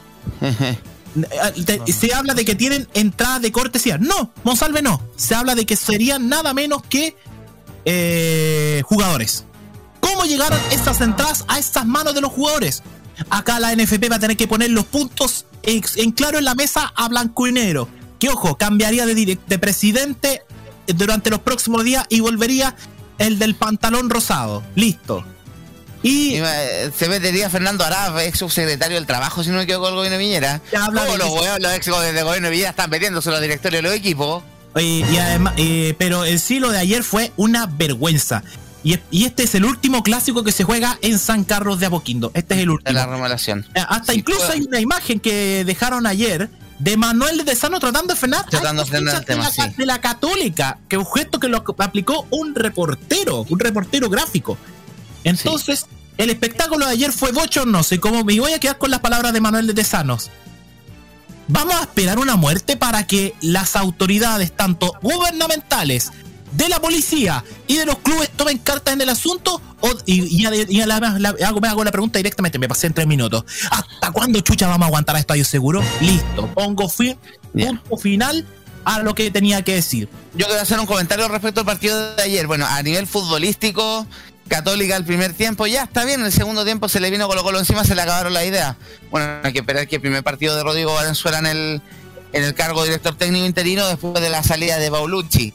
Se habla de que tienen entradas de cortesía. No, Monsalve no. Se habla de que serían nada menos que eh, jugadores. ¿Cómo llegaron esas entradas a estas manos de los jugadores? Acá la N F P va a tener que poner los puntos en claro en la mesa a blanco y negro. Que ojo, cambiaría de, direct- de presidente durante los próximos días y volvería el del pantalón rosado. Listo. Y, y eh, se metería Fernando Araf, ex subsecretario del Trabajo, si no me equivoco, del gobierno de Piñera. Todos los huevos, los ex del gobierno de Piñera están metiéndose en los directorios de los equipos. Y, y además, eh, pero el sí lo de ayer fue una vergüenza. Y, y este es el último clásico que se juega en San Carlos de Apoquindo. Este es el último. De la remodelación. Hasta sí, incluso puedo. Hay una imagen que dejaron ayer de Manuel de Sano tratando de frenar tratando de frenar el tema, de, la, sí. de la Católica, que es un gesto que lo aplicó un reportero, un reportero gráfico. Entonces, sí. El espectáculo de ayer fue bochornoso, y como me voy a quedar con las palabras de Manuel de Tesanos, vamos a esperar una muerte para que las autoridades, tanto gubernamentales, de la policía y de los clubes, tomen cartas en el asunto. O, y, y, y la, la, hago, me hago la pregunta directamente, me pasé en tres minutos. ¿Hasta cuándo, chucha, vamos a aguantar a Estadio Seguro? Listo, pongo fin, punto final a lo que tenía que decir. Yo quiero hacer un comentario respecto al partido de ayer. Bueno, a nivel futbolístico, Católica el primer tiempo ya está bien, en el segundo tiempo se le vino Colo Colo encima, se le acabaron la idea. Bueno, hay que esperar que el primer partido de Rodrigo Valenzuela en el, en el cargo de director técnico interino después de la salida de Paulucci.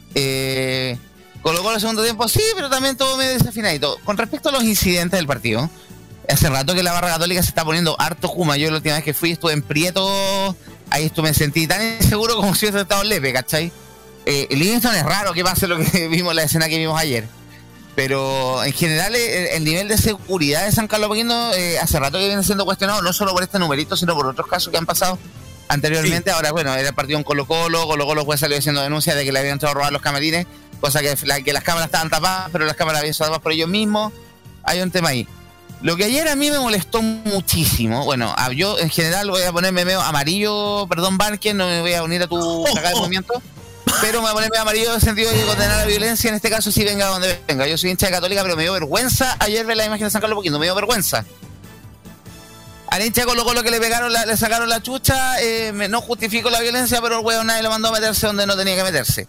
Eh, Colo Colo el segundo tiempo sí, pero también todo medio desafinadito. Con respecto a los incidentes del partido, hace rato que la barra católica se está poniendo harto juma. Yo la última vez que fui estuve en Prieto, ahí estuve, me sentí tan inseguro como si hubiese estado en Lepe, ¿cachai? Eh, Livingston es raro que pase lo que vimos, la escena que vimos ayer. Pero en general el, el nivel de seguridad de San Carlos Apoquindo eh, hace rato que viene siendo cuestionado, no solo por este numerito, sino por otros casos que han pasado anteriormente. Sí. Ahora, bueno, era el partido en Colo Colo, Colo Colo fue salió haciendo denuncias de que le habían entrado a robar los camarines, cosa que, la, que las cámaras estaban tapadas, pero las cámaras habían sido tapadas por ellos mismos. Hay un tema ahí. Lo que ayer a mí me molestó muchísimo, bueno, yo en general voy a ponerme medio amarillo, perdón Barker, no me voy a unir a tu oh, cagada de oh. movimiento, pero me voy a ponerme amarillo en el sentido de condenar la violencia, en este caso sí venga donde venga. Yo soy hincha de Católica, pero me dio vergüenza ayer ver la imagen de San Carlos Apoquindo, me dio vergüenza. Al hincha de Colo Colo que le pegaron la, le sacaron la chucha, eh, me, no justifico la violencia, pero el hueón nadie lo mandó a meterse donde no tenía que meterse.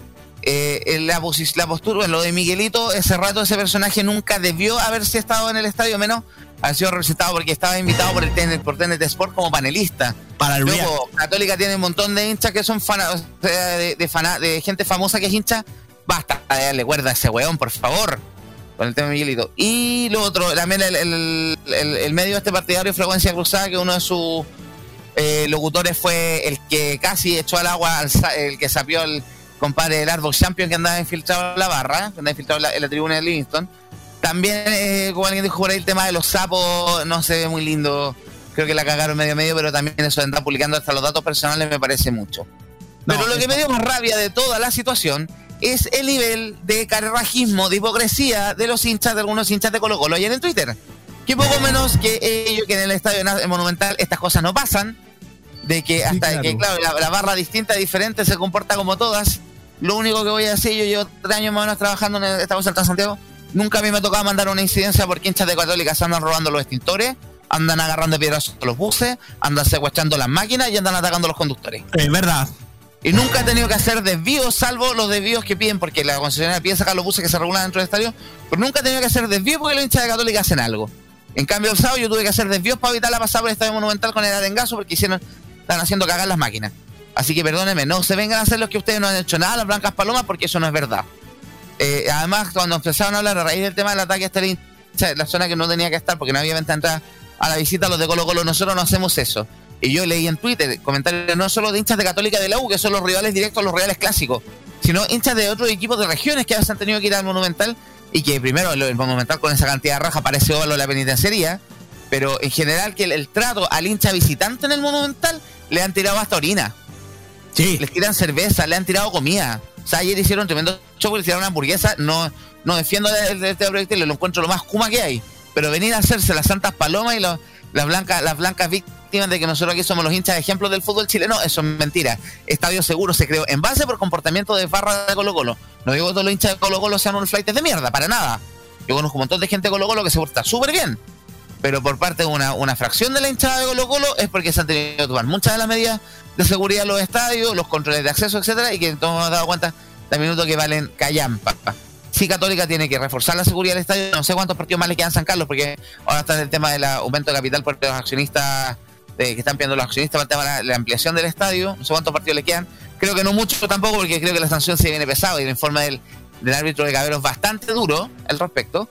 Eh, la, posi- la postura, bueno, lo de Miguelito, ese rato ese personaje nunca debió haberse estado en el estadio, menos haber sido representado porque estaba invitado por el T N T, por T N T Sport como panelista. Para el Luego, Católica tiene un montón de hinchas que son fanas, o sea, de, de, fana- de gente famosa que es hincha. Basta de darle cuerda a ese weón, por favor, con el tema de Miguelito. Y lo otro, también el, el, el, el medio de este partidario, Frecuencia Cruzada, que uno de sus eh, locutores fue el que casi echó al agua, al, el que sapió el compadre del Artbox Champion que andaba infiltrado en la barra, que andaba infiltrado en la, en la tribuna de Livingston. También, eh, como alguien dijo por ahí, el tema de los sapos no se ve muy lindo. Creo que la cagaron medio medio, pero también eso de andar publicando hasta los datos personales me parece mucho. Pero no, lo que me dio más rabia de toda la situación es el nivel de carrajismo, de hipocresía de los hinchas, de algunos hinchas de Colo Colo ayer en Twitter. Que poco menos que ellos, que en el estadio Monumental estas cosas no pasan, de que hasta sí, claro. que claro, la, la barra distinta, diferente, se comporta como todas. Lo único que voy a decir, yo llevo tres años más o menos trabajando en esta cosa en Santiago, nunca a mí me ha tocado mandar una incidencia porque hinchas de Católica se andan robando los extintores, andan agarrando piedras a los buses, andan secuestrando las máquinas y andan atacando a los conductores. Es verdad. Y nunca he tenido que hacer desvíos, salvo los desvíos que piden, porque la concesionaria pide sacar los buses que se regulan dentro del estadio, pero nunca he tenido que hacer desvíos porque los hinchas de Católica hacen algo. En cambio, el sábado yo tuve que hacer desvíos para evitar la pasada por el estadio Monumental con el arengazo porque hicieron, están haciendo cagar las máquinas. Así que perdónenme, no se vengan a hacer los que ustedes no han hecho nada, las blancas palomas, porque eso no es verdad. Eh, además, cuando empezaron a hablar a raíz del tema del ataque a este hincha, la zona que no tenía que estar porque no había venta de entrada a la visita a los de Colo Colo, nosotros no hacemos eso. Y yo leí en Twitter comentarios no solo de hinchas de Católica de la U, que son los rivales directos, los rivales clásicos, sino hinchas de otros equipos de regiones que a veces han tenido que ir al Monumental, y que primero el Monumental con esa cantidad de raja parece óvalo de la penitenciaría, pero en general que el, el trato al hincha visitante en el Monumental le han tirado hasta orina. Sí. Les tiran cerveza, le han tirado comida. O sea, ayer hicieron un tremendo show, le tiraron una hamburguesa. No, no defiendo de este proyectil, lo encuentro lo más kuma que hay. Pero venir a hacerse las santas palomas y los, las blancas las blancas víctimas de que nosotros aquí somos los hinchas de ejemplos del fútbol chileno, eso es mentira. Estadio Seguro se creó en base por comportamiento de barra de Colo Colo. No digo que todos los hinchas de Colo Colo sean unos flightes de mierda, para nada. Yo conozco un montón de gente de Colo Colo que se porta súper bien. Pero por parte de una, una fracción de la hinchada de Colo Colo es porque se han tenido que tomar muchas de las medidas de seguridad en los estadios, los controles de acceso, etcétera, y que todos nos hemos dado cuenta de minutos que valen callampa. Sí, Católica tiene que reforzar la seguridad del estadio. No sé cuántos partidos más le quedan a San Carlos, porque ahora está en el tema del aumento de capital por los accionistas, eh, que están pidiendo los accionistas para el tema de la, la ampliación del estadio. No sé cuántos partidos le quedan. Creo que no mucho tampoco, porque creo que la sanción se viene pesada y el informe del, del árbitro de Cabero es bastante duro al respecto.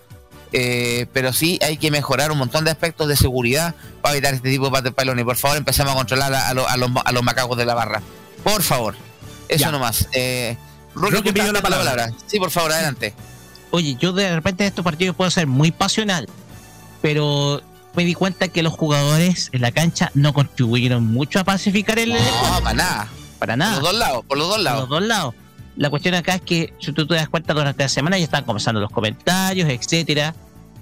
Eh, pero sí hay que mejorar un montón de aspectos de seguridad para evitar este tipo de waterpolones. Y por favor, empecemos a controlar a, lo, a, los, a los macacos de la barra. Por favor. Eso Ya. nomás. Eh, Roque, Roque pidió la palabra. palabra. Sí, por favor, adelante. Oye, yo de repente en estos partidos puedo ser muy pasional, pero me di cuenta que los jugadores en la cancha no contribuyeron mucho a pacificar el... No, para nada. Para nada. Por los dos lados, por los dos lados. Por los dos lados. La cuestión acá es que, si tú te das cuenta, durante la semana ya están comenzando los comentarios, etcétera.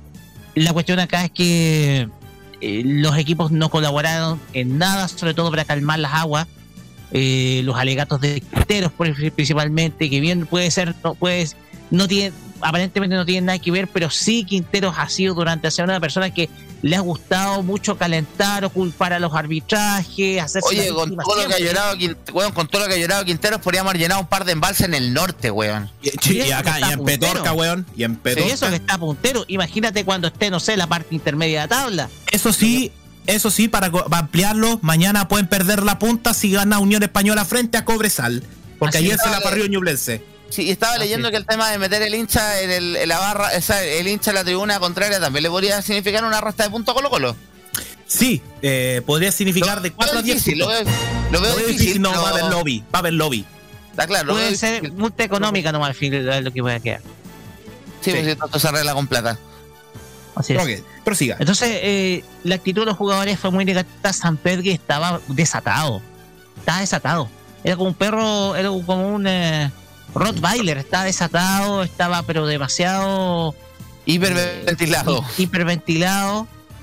La cuestión acá es que eh, los equipos no colaboraron en nada, sobre todo para calmar las aguas. Eh, los alegatos de Quinteros, por- principalmente, que bien puede ser, no puede, no tiene, aparentemente no tienen nada que ver, pero sí Quinteros ha sido durante la semana una persona que le ha gustado mucho calentar o culpar a los arbitrajes, hacerse Oye, la con víctima todo lo que ha siempre. llorado Quint- weón, con todo lo que ha llorado Quinteros, podríamos haber llenado un par de embalses en el norte, weón. Y, Sí, y acá, está y en puntero. Petorca, weón. Y en Sí, Petorca. eso que está puntero. Imagínate cuando esté, no sé, la parte intermedia de la tabla. Eso sí, eso sí, para, co- para ampliarlo, mañana pueden perder la punta si gana Unión Española frente a Cobresal. Porque Así ayer es, se la vale. parrió Ñublense. Sí, y estaba Así leyendo es. que el tema de meter el hincha en, el, en la barra, o sea, el hincha en la tribuna contraria también le podría significar una rasta de punto a Colo Colo. Sí, eh, podría significar de Lo cuatro veo a diez difícil, lo puntos. veo, lo veo Lo veo difícil, difícil, no, pero- va a haber lobby, va a haber lobby. Está claro, lo veo Puede ser difícil. multa económica nomás al fin de lo que puede quedar. Sí, pues si todo se arregla con plata. Así es. Ok, prosiga. Entonces, eh, la actitud de los jugadores fue muy negativa. San Pedro estaba desatado. Estaba desatado. Era como un perro, era como un eh, Rottweiler. Estaba desatado, estaba pero demasiado Hiperventilado. hi- hiperventilado.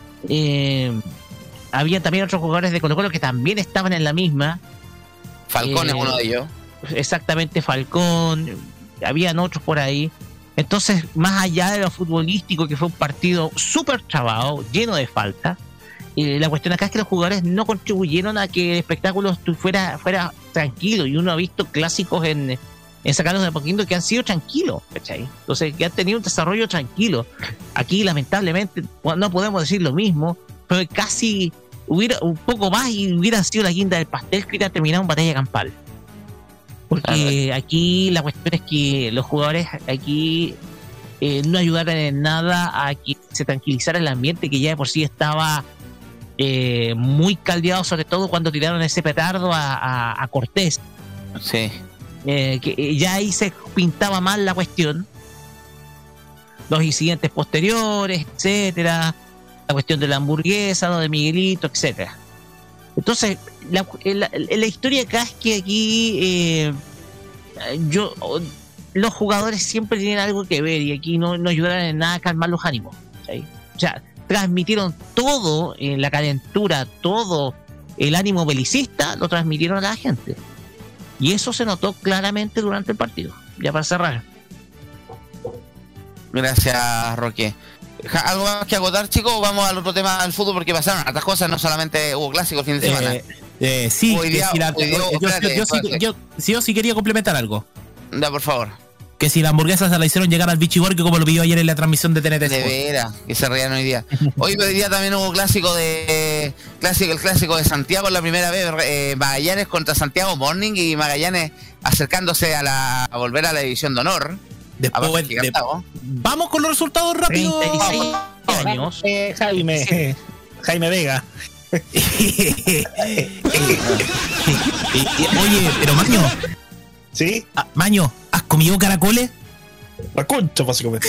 Eh, había también otros jugadores de Colo Colo que también estaban en la misma. Falcón Eh, es uno de ellos. Exactamente, Falcón. Habían otros por ahí. Entonces, más allá de lo futbolístico, que fue un partido súper trabado, lleno de faltas, eh, la cuestión acá es que los jugadores no contribuyeron a que el espectáculo estu- fuera, fuera tranquilo. Y uno ha visto clásicos en, en sacarlos de poquito que han sido tranquilos, ¿cachai? Entonces, que han tenido un desarrollo tranquilo. Aquí, lamentablemente, no podemos decir lo mismo, pero casi hubiera un poco más y hubiera sido la guinda del pastel que hubiera terminado en batalla campal. Porque aquí la cuestión es que los jugadores aquí eh, no ayudaron en nada a que se tranquilizara el ambiente, que ya de por sí estaba eh, muy caldeado, sobre todo cuando tiraron ese petardo a, a- a Cortés. Sí. Eh, que eh, ya ahí se pintaba mal la cuestión. Los incidentes posteriores, etcétera. La cuestión de la hamburguesa, lo de Miguelito, etcétera. Entonces, la, la, la historia acá es que aquí eh, yo los jugadores siempre tienen algo que ver y aquí no, no ayudaron en nada a calmar los ánimos. ¿Sí? O sea, transmitieron todo en la calentura, todo el ánimo belicista, lo transmitieron a la gente. Y eso se notó claramente durante el partido. Ya para cerrar. Gracias, Roque. Ja- ¿Algo más que agotar, chicos? O vamos al otro tema del fútbol porque pasaron hartas cosas, no solamente hubo clásico el fin de semana. Eh, eh, sí, Hoy día- que si la- hoy día- yo, yo- espérate, yo sí- espérate. yo- sí, yo sí quería complementar algo. Da, por favor. Que si la hamburguesa se la hicieron llegar al Bichigorque como lo pidió ayer en la transmisión de T N T De Sport. veras, que se rían hoy día. Hoy hoy día también hubo clásico de clásico el clásico de Santiago la primera vez, eh, Magallanes contra Santiago Morning y Magallanes acercándose a la a volver a la división de honor. Después, Abajo, de- Gigantado. vamos con los resultados rápidos. treinta y seis años. Eh, Jaime, Jaime Vega. Oye, pero Maño, ¿Sí? ah, Maño, ¿has comido caracoles? La concha, básicamente.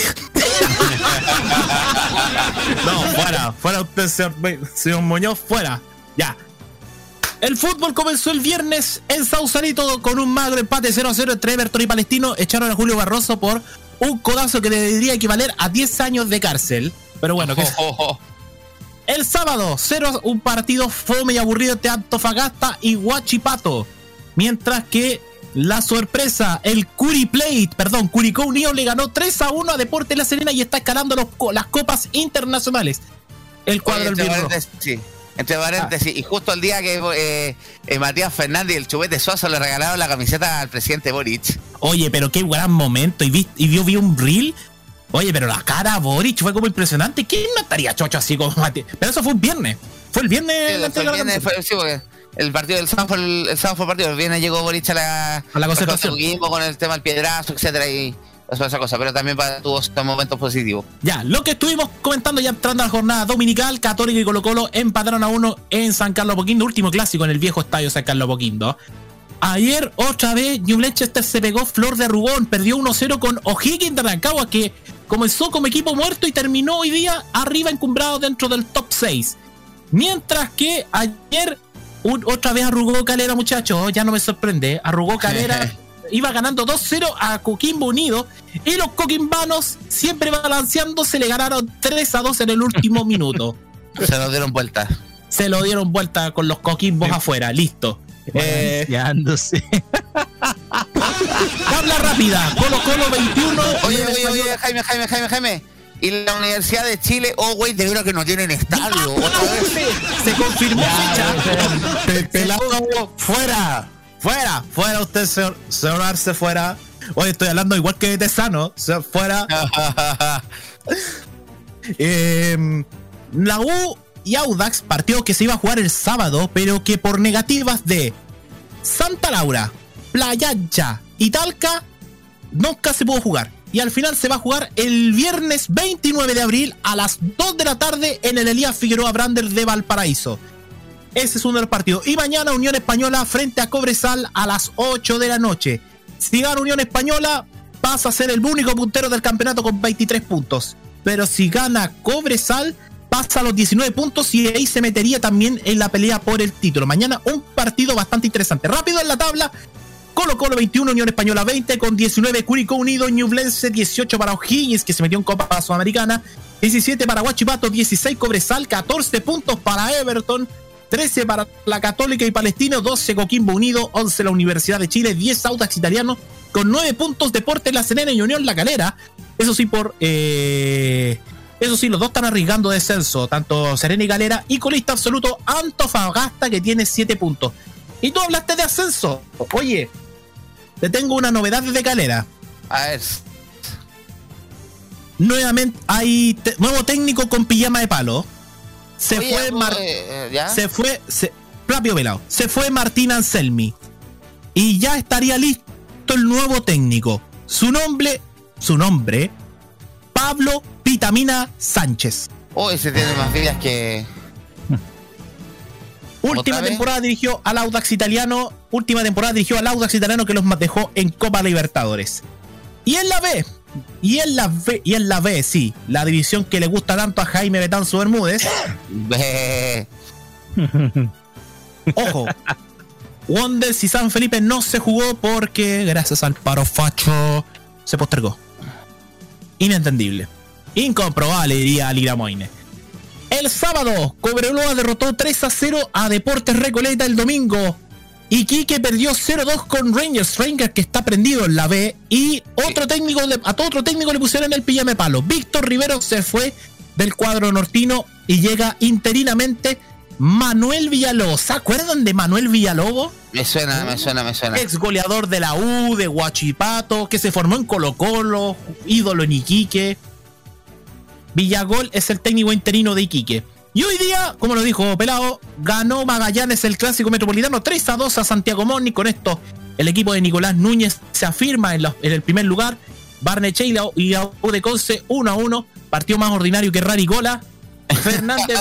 No, fuera, fuera usted, señor, señor Muñoz, fuera. Ya. El fútbol comenzó el viernes en Sausalito con un magro empate cero a cero entre Everton y Palestino. Echaron a Julio Barroso por un codazo que debería equivaler a diez años de cárcel. Pero bueno, que... Oh, oh, oh. El sábado, cero, un partido fome y aburrido entre Antofagasta y Huachipato. Mientras que la sorpresa, el Curi Plate, perdón, Curicó Unido le ganó tres a uno a Deportes La Serena y está escalando los, co- las copas internacionales. El cuadro Oye, del entre Birro. paréntesis, sí, entre paréntesis, y justo el día que eh, eh, Matías Fernández y el Chupete Suazo le regalaron la camiseta al presidente Boric. Oye, pero qué gran momento. Y, vi, y yo vi un reel. Oye, pero la cara a Boric fue como impresionante. ¿Quién no estaría chocho así como Matías? Pero eso fue un viernes. Fue el viernes. Sí, la fue entrega el de la viernes, camiseta. fue- sí, porque el partido del sábado fue el, el sábado fue el partido, el viernes llegó Boric a la, A la concentración. al Coquimbo con el tema del piedrazo, etcétera, y pasó esa cosa, pero también para, tuvo estos momentos positivos. Ya, lo que estuvimos comentando ya entrando a la jornada dominical, Católica y Colo Colo empataron a uno en San Carlos Apoquindo, último clásico en el viejo estadio San Carlos Apoquindo. Ayer otra vez Newcastle se pegó flor de arrugón, perdió uno cero con O'Higgins de Rancagua, que comenzó como equipo muerto y terminó hoy día arriba encumbrado dentro del top seis. Mientras que ayer un, otra vez arrugó Calera, muchachos, ya no me sorprende, arrugó Calera, iba ganando dos cero a Coquimbo Unido y los coquimbanos, siempre balanceando, se le ganaron tres a dos en el último minuto. Se lo dieron vuelta. Se lo dieron vuelta con los coquimbos afuera, listo. Balanceándose. Eh, Tabla rápida, Colo Colo veintiuno. Oye, oye, oye, Jaime, Jaime, Jaime, Jaime. Y la Universidad de Chile, oh, güey, de verdad que no tienen estadio. Otra vez. Se confirmó fecha. Pelado, fuera. Fuera, fuera usted, señor, señor Arce, fuera. Oye, estoy hablando igual que de Tesano, fuera. eh, la U y Audax, partido que se iba a jugar el sábado, pero que por negativas de Santa Laura, Playa Ancha y Talca, nunca se pudo jugar. Y al final se va a jugar el viernes veintinueve de abril a las dos de la tarde en el Elías Figueroa Brander de Valparaíso. Ese es uno de los partidos. Y mañana Unión Española frente a Cobresal a las ocho de la noche. Si gana Unión Española, pasa a ser el único puntero del campeonato con veintitrés puntos. Pero si gana Cobresal, pasa a los diecinueve puntos y ahí se metería también en la pelea por el título. Mañana un partido bastante interesante. Rápido en la tabla. Colo Colo veintiuno, Unión Española veinte, con diecinueve Curicó Unido, Ñublense dieciocho para O'Higgins, que se metió en Copa Sudamericana, diecisiete para Huachipato, dieciséis Cobresal, catorce puntos para Everton, trece para la Católica y Palestino, doce Coquimbo Unido, once la Universidad de Chile, diez Audax Italiano, con nueve puntos Deportes La Serena y Unión La Calera. Eso sí, por eh, eso sí, los dos están arriesgando descenso, tanto Serena y Calera, y colista absoluto Antofagasta, que tiene siete puntos. Y tú hablaste de ascenso. Oye, te tengo una novedad desde Calera. A ver. Nuevamente hay te- nuevo técnico con pijama de palo. Se Oye, fue Mar- eh, ¿ya? se fue se, rápido pelado. Se fue Martín Anselmi. Y ya estaría listo el nuevo técnico. Su nombre, su nombre, Pablo Vitamina Sánchez. Oh, ese tiene más vidas que... Última temporada dirigió al Audax Italiano. Última temporada dirigió al Audax Italiano, que los dejó en Copa Libertadores. Y en la B. Y en la B. Y en la B, sí. La división que le gusta tanto a Jaime Betanzo Bermúdez. Ojo. Wonders y San Felipe no se jugó porque, gracias al paro facho, se postergó. Inentendible. Incomprobable, diría Lira Moine. El sábado, Cobreloa derrotó tres a cero a Deportes Recoleta. El domingo, Iquique perdió cero dos con Rangers. Rangers, que está prendido en la B. Y otro técnico, a todo otro técnico le pusieron el pijame palo. Víctor Rivero se fue del cuadro nortino y llega interinamente Manuel Villalobos. ¿Se acuerdan de Manuel Villalobos? Me suena, me suena, me suena. Ex goleador de la U, de Huachipato, que se formó en Colo Colo, ídolo en Iquique. Villagol es el técnico interino de Iquique. Y hoy día, como lo dijo Pelado, ganó Magallanes el clásico metropolitano tres a dos a Santiago Morning. Con esto, el equipo de Nicolás Núñez se afirma en, los, en el primer lugar. Barnechea y la U de Conce uno a uno. Partido más ordinario que Rarigola. Fernández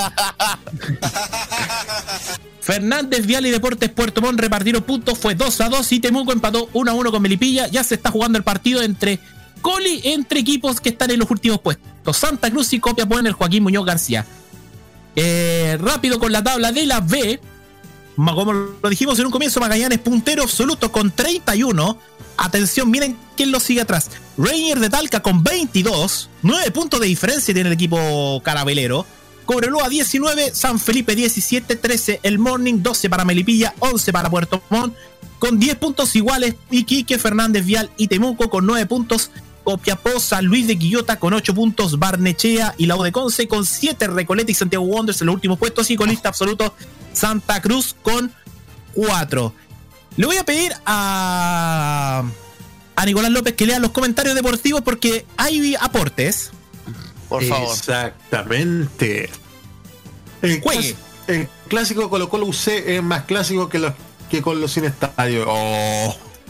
Fernández Vial y Deportes Puerto Montt repartieron puntos. Fue dos a dos y Temuco empató uno a uno con Melipilla. Ya se está jugando el partido entre Coli, entre equipos que están en los últimos puestos. Santa Cruz y Copiapó en el Joaquín Muñoz García. Eh, rápido con la tabla de la B. Como lo dijimos en un comienzo, Magallanes puntero absoluto con treinta y uno. Atención, miren quién lo sigue atrás. Rangers de Talca con veintidós. nueve puntos de diferencia tiene el equipo carabelero. Cobreloa diecinueve, San Felipe diecisiete, trece el Morning, doce para Melipilla, once para Puerto Montt, con diez puntos iguales. Iquique, Fernández Vial y Temuco con nueve puntos. Copiapó, San Luis de Quillota con ocho puntos. Barnechea y la U de Conce con siete. Recoleta y Santiago Wanderers en los últimos puestos. Y con lista absoluto Santa Cruz con cuatro. Le voy a pedir a, a Nicolás López que lea los comentarios deportivos porque hay aportes. Por favor. Exactamente. El, clas- el clásico Colo Colo U C es más clásico que los que con los sin estadio. Oh.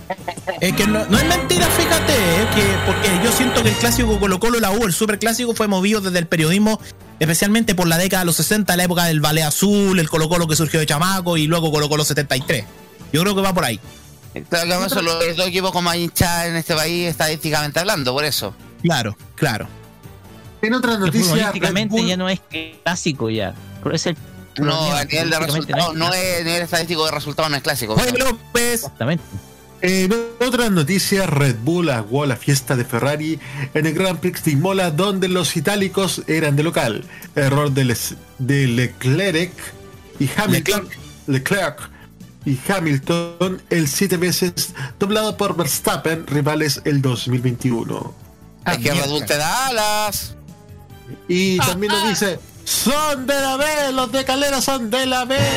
Es que no, no es mentira, fíjate, eh, que porque yo siento que el clásico Colo Colo la U, el super clásico, fue movido desde el periodismo, especialmente por la década de los sesenta, la época del Ballet Azul, el Colo Colo que surgió de chamaco y luego Colo Colo setenta y tres. Yo creo que va por ahí. Claro, son los dos equipos con más hinchas en este país estadísticamente hablando, por eso. Claro, claro. En otras noticias, Futbolísticamente ya no es clásico ya. Pero es el no, a nivel de resultados, no es nivel estadístico de resultados, no es clásico. Juan López. Exactamente. En otras noticias, Red Bull aguó la fiesta de Ferrari en el Grand Prix de Imola, donde los itálicos eran de local. Error de, Les, de Leclerc y Hamilton. Leclerc y Hamilton, el siete veces doblado por Verstappen, rivales el dos mil veintiuno. Es que Red Bull te da alas. Y también nos dice: son de la B, los de Calera son de la B.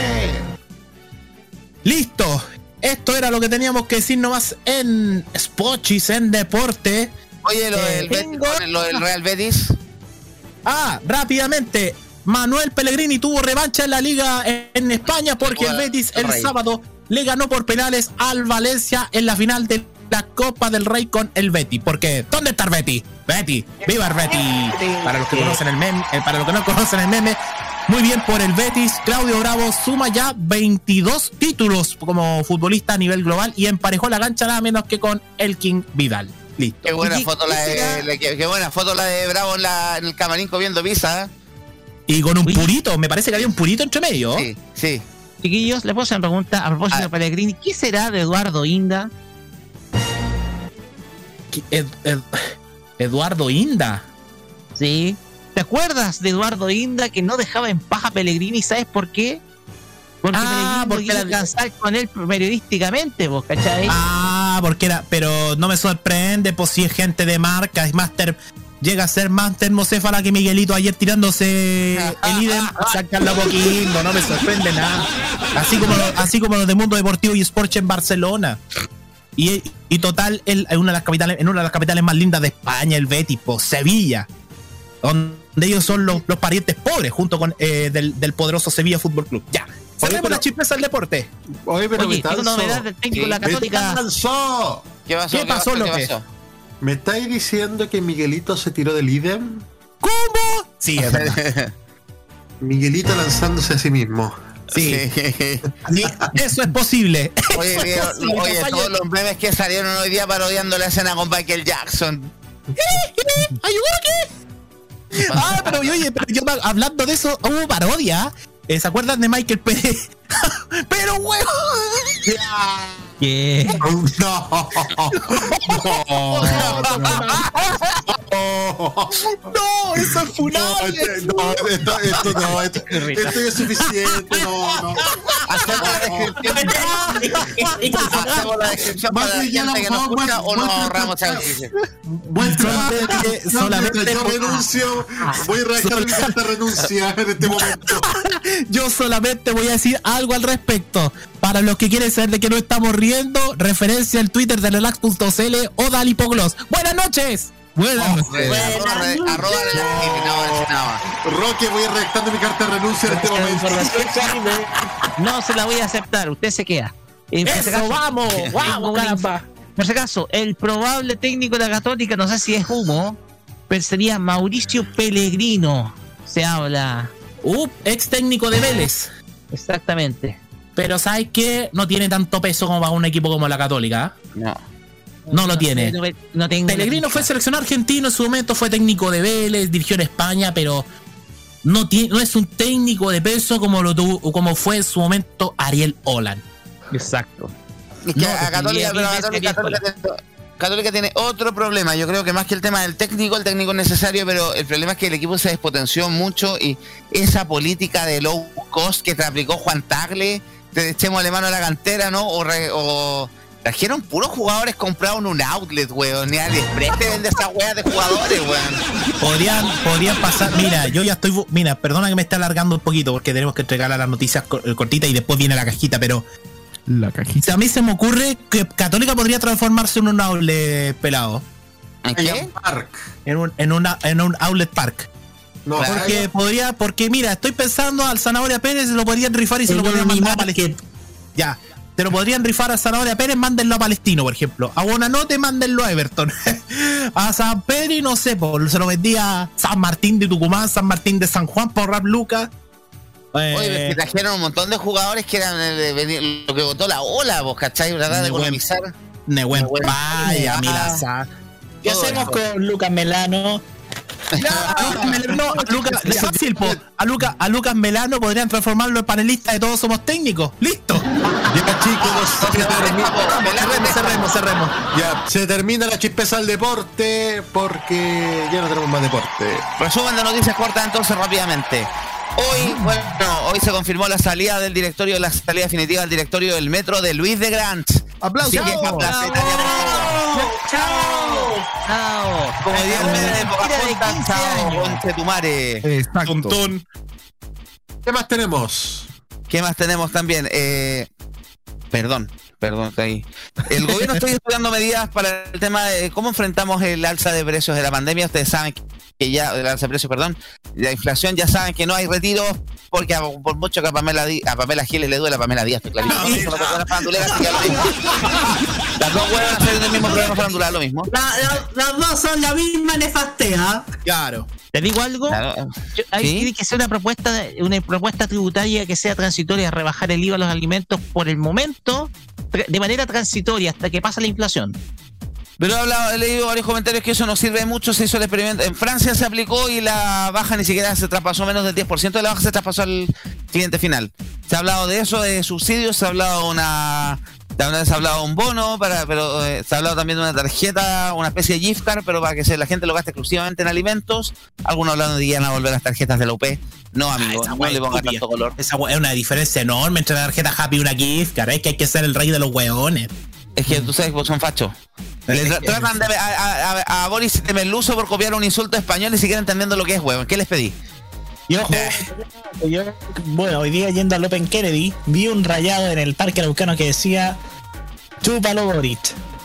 Listo. Esto era lo que teníamos que decir nomás en Spochis, en deporte. Oye, lo, eh, del, Betis, lo del Real Betis. Ah, rápidamente. Manuel Pellegrini tuvo revancha en la liga en España porque el Betis el sábado le ganó por penales al Valencia en la final de la Copa del Rey con el Betis. Porque, ¿dónde está el Betis? Betis, viva el Betis. Para los que conocen el meme, eh, para los que no conocen el meme, muy bien por el Betis. Claudio Bravo suma ya veintidós títulos como futbolista a nivel global y emparejó la cancha nada menos que con Elkin Vidal. Listo. Qué buena Oye, foto la de, la, qué, qué buena foto la de Bravo en, la, en el camarín comiendo pizza. Y con un Oye. purito, me parece que había un purito entre medio. Sí, sí. Chiquillos, les puedo hacer una pregunta a propósito ah. de Pellegrini. ¿Qué será de Eduardo Inda? Ed, Ed, Eduardo Inda. Sí. ¿Te acuerdas de Eduardo Inda que no dejaba en paz a Pellegrini? ¿Sabes por qué? Porque ah, Pellegrini porque no quiso alcanzar con él periodísticamente, ¿vos cachai? Ah, porque era, pero no me sorprende, pues si es gente de marca, es máster, llega a ser más termocéfala que Miguelito ayer tirándose el idem a sacarlo a Coquimbo, no me sorprende nada. Así como, así como los de Mundo Deportivo y Sports en Barcelona. Y, y total, el, en, una de las capitales, en una de las capitales más lindas de España, el Betis, pues, Sevilla, donde ellos son los, los parientes pobres, junto con eh, del, del poderoso Sevilla Fútbol Club. Ya, cerremos la chispeza al deporte. Oye, pero Oye, ¿qué novedad del técnico de la Católica? ¿Qué pasó? ¿Qué pasó? ¿Qué pasó, ¿Qué López? pasó? ¿Me estáis diciendo que Miguelito se tiró del idem? ¿Cómo? Sí, es verdad. Miguelito lanzándose a sí mismo. Sí, sí, eso es posible. Oye, eso oye, es posible, oye todos los memes que salieron hoy día parodiando la escena con Michael Jackson. ¿Ayudó qué? Ah, pero oye, pero yo hablando de eso, hubo parodia. ¿Eh, ¿Se acuerdan de Michael Pérez? ¡Pero huevo! ¿Qué? No, no, no, eso es funable. No, esto, esto no, esto, esto es suficiente. No, no. Hacemos la descripción. Hacemos la descripción para la gente que no escucha o nos ahorramos el ejercicio. Solamente, solamente yo renuncio. Voy a redactar mi carta de renuncia en este momento. Yo solamente voy a decir algo al respecto. Para los que quieren saber de qué no estamos riendo, referencia al Twitter de relax punto c l o Dali Poglos. ¡Buenas noches! Buenas noches. Arroba Roque, voy redactando mi carta de renuncia en este momento. No se la voy a aceptar, usted se queda. En Eso, caso, vamos, vamos, caramba. Por si acaso, el probable técnico de la Católica, no sé si es humo, pero sería Mauricio Pellegrino. Se habla. Uh, ex técnico de Vélez. Exactamente. Pero ¿sabes qué? No tiene tanto peso como para un equipo como la Católica. No. No lo tiene. No, no tengo Pellegrino fue seleccionado argentino en su momento, fue técnico de Vélez, dirigió en España, pero no tiene, no es un técnico de peso como lo tuvo, como fue en su momento Ariel Holland. Exacto. Es que no, a Católica, pero a Católica, Católica, Católica, Católica tiene otro problema. Yo creo que más que el tema del técnico, el técnico es necesario, pero el problema es que el equipo se despotenció mucho y esa política de low cost que te aplicó Juan Tagle, te echémosle mano a la cantera, ¿no? O, re, o trajeron puros jugadores comprados en un outlet, weón. Ni AliExpress te vende esas weas de jugadores, weón. Podrían, podrían pasar. Mira, yo ya estoy. Mira, perdona que me esté alargando un poquito porque tenemos que entregar a las noticias cortitas y después viene la cajita, pero. La cajita. A mí se me ocurre que Católica podría transformarse en un outlet pelado. ¿En qué? En un, en una, en un outlet park. No, porque claro. podría, porque mira, estoy pensando al Zanahoria Pérez, lo podrían rifar y se lo podrían mandar para el... Ya, te lo podrían rifar a Zanahoria Pérez, mándenlo a Palestino, por ejemplo. A Buenanote, mándenlo a Everton. A San Pedro, no sé, por, se lo vendía San Martín de Tucumán, San Martín de San Juan por Rap Lucas. Eh, Oye, que trajeron un montón de jugadores que eran el, el, lo que votó la ola, vos, ¿cachai? ¿Verdad? De economizar. Nehuen Paya, Milazar. ¿Qué hacemos con Lucas Melano? Ya, a Lucas Melano, a Lucas, es fácil, po. A Lucas, a Lucas Melano podrían transformarlo en panelista de Todos Somos Técnicos. ¡Listo! Ya, chicos, se termina, cerremos, cerremos, cerremos. Ya, se termina la chispeza al deporte porque ya no tenemos más deporte. Resumen de noticias cortas entonces rápidamente. Hoy, bueno, hoy se confirmó la salida del directorio, la salida definitiva del directorio del metro de Luis de Grant. ¡Aplausos! Así que, aplausos, Tania, por favor. ¡Chao! ¡Chao! Como diría el meme de Pocahontas, chao, años. conche tu madre. Exacto. Tontón. ¿Qué más tenemos? ¿Qué más tenemos también? Eh, perdón, perdón, está ahí. El gobierno está estudiando medidas para el tema de cómo enfrentamos el alza de precios de la pandemia. Ustedes saben que ya, el alza de precios, perdón, la inflación, ya saben que no hay retiros, porque a, por mucho que a Pamela, Di, a Pamela Giles le duele, a Pamela Díaz, estoy clarísimo. No, no, no, no, farandulera, así que lo mismo. Las dos huevas van a ser del mismo programa farandular, lo mismo. La, la, las dos son la misma nefastea. Claro. ¿Te digo algo? Claro. Yo, ahí ¿Sí? tiene que ser una propuesta, una propuesta tributaria que sea transitoria, rebajar el I V A a los alimentos por el momento, de manera transitoria, hasta que pasa la inflación. Pero he, hablado, he leído varios comentarios que eso no sirve mucho. Se hizo el experimento. En Francia se aplicó y la baja ni siquiera se traspasó, menos del diez por ciento de la baja se traspasó al cliente final. Se ha hablado de eso, de subsidios, se ha hablado una... También se ha hablado de un bono, para, pero eh, se ha hablado también de una tarjeta, una especie de gift card, pero para que se, la gente lo gaste exclusivamente en alimentos. Algunos hablaron de que iban a volver las tarjetas de la U P. No, amigo, ah, no le pongan tanto color. Esa es una diferencia enorme entre la tarjeta Happy y una gift card. Es que hay que ser el rey de los hueones. Es que tú sabes que son fachos. Le tra tratan de a, a, a, a Boris de Merluzo por copiar un insulto español y siquiera entendiendo lo que es, huevón. ¿Qué les pedí? Yo, yo, bueno, hoy día yendo al Open Kennedy, vi un rayado en el Parque Araucano que decía chúpalo Boric.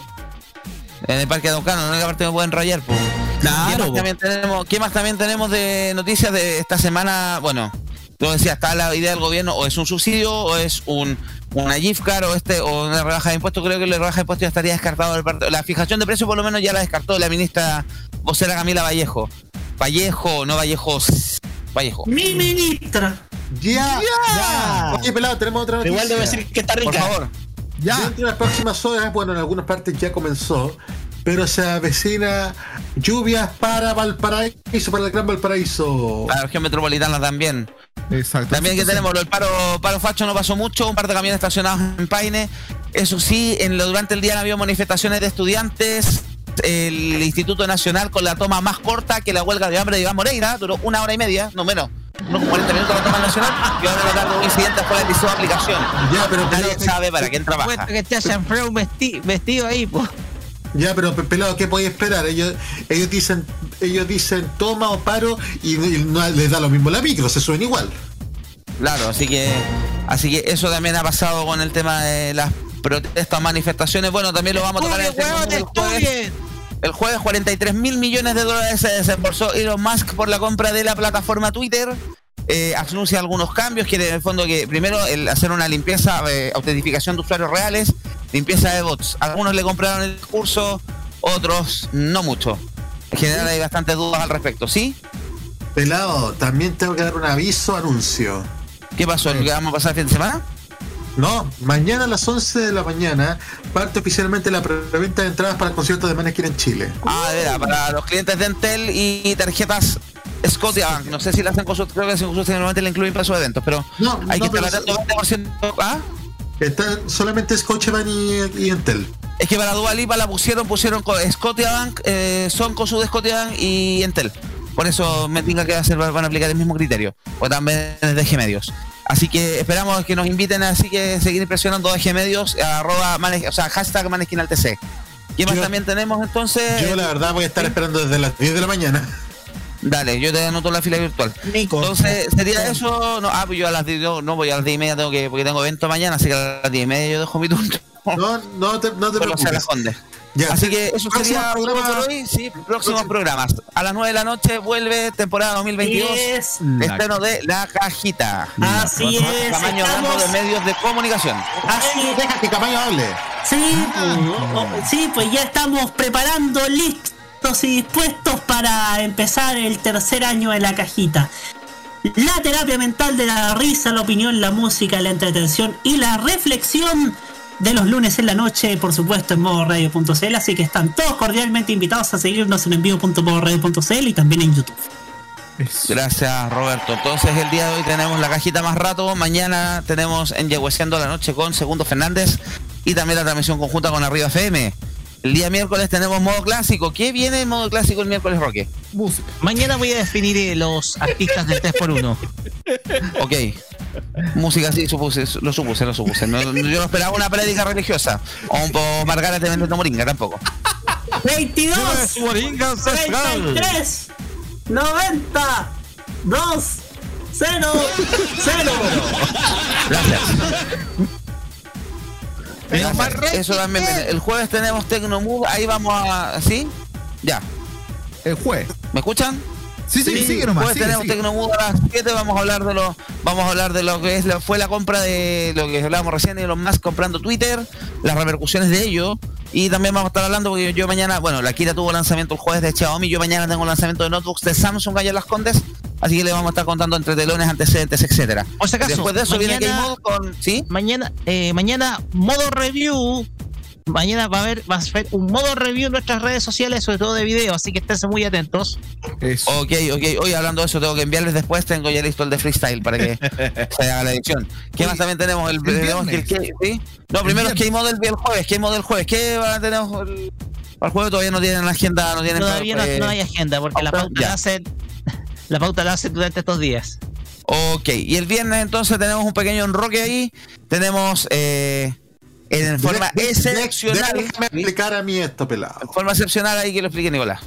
En el Parque Araucano, la única parte que me pueden rayar, pues. Claro. ¿Qué más, también tenemos, ¿Qué más también tenemos de noticias de esta semana? Bueno, tú decías, está la idea del gobierno, o es un subsidio, o es un una gift card, o este, o una rebaja de impuestos. Creo que la rebaja de impuestos ya estaría descartado del partido. La fijación de precios por lo menos ya la descartó la ministra vocera Camila Vallejo. Vallejo, no Vallejos. Vallejo. Mi ministra. Ya, ya. Oye, pelado, tenemos otra noticia. Igual debo decir que está rica. Por favor. Ya. Dentro de las próximas horas, bueno, en algunas partes ya comenzó, pero se avecina lluvias para Valparaíso, para el Gran Valparaíso. La región metropolitana también. Exacto. También que tenemos el paro, paro facho, no pasó mucho, un par de camiones estacionados en Paine. Eso sí, en lo, durante el día han habido manifestaciones de estudiantes. El Instituto Nacional con la toma más corta que la huelga de hambre de Iván Moreira, duró una hora y media, no menos, unos cuarenta minutos la toma nacional, y ahora la tarde un incidente fue el liceo de aplicación. Ya, pero nadie pelado, sabe para quién trabaja. Cuenta que te hayan feo un vesti vestido ahí, pues. Ya, pero pelado, ¿qué podéis esperar? Ellos, ellos dicen, ellos dicen toma o paro y, y no les da lo mismo la micro, se suben igual. Claro, así que, así que eso también ha pasado con el tema de las protestas, manifestaciones. Bueno, también lo vamos a tocar en el tema del jueves. El jueves cuarenta y tres mil millones de dólares se desembolsó Elon Musk por la compra de la plataforma Twitter. Eh, anuncia algunos cambios, quiere en el fondo que primero el hacer una limpieza, eh, autentificación de usuarios reales, limpieza de bots. Algunos le compraron el curso, otros no mucho. En general hay bastantes dudas al respecto, ¿sí? Pelado, también tengo que dar un aviso, anuncio. ¿Qué pasó? ¿Qué vamos a pasar el fin de semana? No, mañana a las once de la mañana parte oficialmente la preventa de entradas para el concierto de Maneskin en Chile. Ah, de verdad, para los clientes de Entel y tarjetas Scotiabank. No sé si la hacen con sus, creo que normalmente le incluyen para sus eventos, pero no, hay no, que estar atento veinte por ciento. ¿Ah? Está solamente Scotiabank y, y Entel. Es que para Dua Lipa la pusieron, pusieron con Scotiabank, eh, son con su de Scotiabank y Entel. Por eso me tenga que hacer, van a aplicar el mismo criterio. O también desde G Medios. Así que esperamos que nos inviten, así que seguir impresionando a G Medios, arroba, o sea, hashtag manesquinaltc. ¿Qué más yo, también tenemos entonces? Yo la verdad voy a estar ¿sí? esperando desde las diez de la mañana. Dale, yo te anoto la fila virtual. Nico. Entonces, ¿sería eso? No, ah, pues yo a las diez, no, no voy a las diez y media, tengo que, porque tengo evento mañana, así que a las diez y media yo dejo mi turno. No, no te, no te preocupes. Ya, Así sí. que eso sería todo por hoy. Sí, próximos programas. A las nueve de la noche vuelle temporada dos mil veintidós. Yes. Estreno de La Cajita. Así Con es, Camaño hablando estamos- de medios de comunicación. Así es. Deja que Camaño hable. Sí, pues, sí, pues ya estamos preparando, listos y dispuestos para empezar el tercer año de La Cajita. La terapia mental de la risa, la opinión, la música, la entretención y la reflexión de los lunes en la noche, por supuesto, en modo radio punto c l. Así que están todos cordialmente invitados a seguirnos en envío punto modo radio punto c l y también en YouTube. Gracias, Roberto. Entonces, el día de hoy tenemos La Cajita más rato. Mañana tenemos en Yehueseando la Noche con Segundo Fernández y también la transmisión conjunta con Arriba F M. El día miércoles tenemos modo clásico. ¿Qué viene en modo clásico el miércoles, Roque? Música. Mañana voy a definir eh, los artistas del tres por uno. Ok. Música, sí, supuse, lo supuse, lo supuse. No, yo no esperaba una prédica religiosa. O un poco Margarita vendiendo moringa, tampoco. veintidós, Moringa ancestral. treinta y tres, noventa, dos, cero, cero. Gracias. Gracias. Eso también viene. El jueves tenemos Tecnomood. Ahí vamos a... ¿Sí? Ya. El jueves. ¿Me escuchan? Sí, sí, sigue nomás. Después sigue, tenemos sigue. Tecnomood a las siete. Vamos a hablar de lo, vamos a hablar de lo que es la, fue la compra de lo que hablábamos recién de Elon Musk comprando Twitter, las repercusiones de ello. Y también vamos a estar hablando porque yo mañana, bueno, la Kira tuvo lanzamiento el jueves de Xiaomi, yo mañana tengo lanzamiento de notebooks de Samsung allá en Las Condes, así que le vamos a estar contando entre telones, antecedentes, etcétera. Por si acaso, Después de eso mañana- viene Game Mode con, ¿sí? Mañana, eh, mañana modo review. Mañana va a haber, va a haber un modo review en nuestras redes sociales, sobre todo de video, así que esténse muy atentos. Eso. Ok, ok. Hoy hablando de eso, tengo que enviarles después. Tengo ya listo el de freestyle para que se haga la edición. ¿Qué Oye, más también tenemos? El, el tenemos que el viernes. que- ¿sí? No, primero es viernes. que hay model el jueves. ¿Qué model jueves? ¿Qué van a tener el, para el jueves? Todavía no tienen la agenda. No tienen Todavía no, eh, no hay agenda, porque la pauta ya. la hacen, la pauta la hacen durante estos días. Ok. Y el viernes entonces tenemos un pequeño enroque ahí. Tenemos eh, en forma De- de- de- excepcional. Déjame ¿sí? explicar a mí esto, pelado. En forma excepcional ahí que lo explique Nicolás.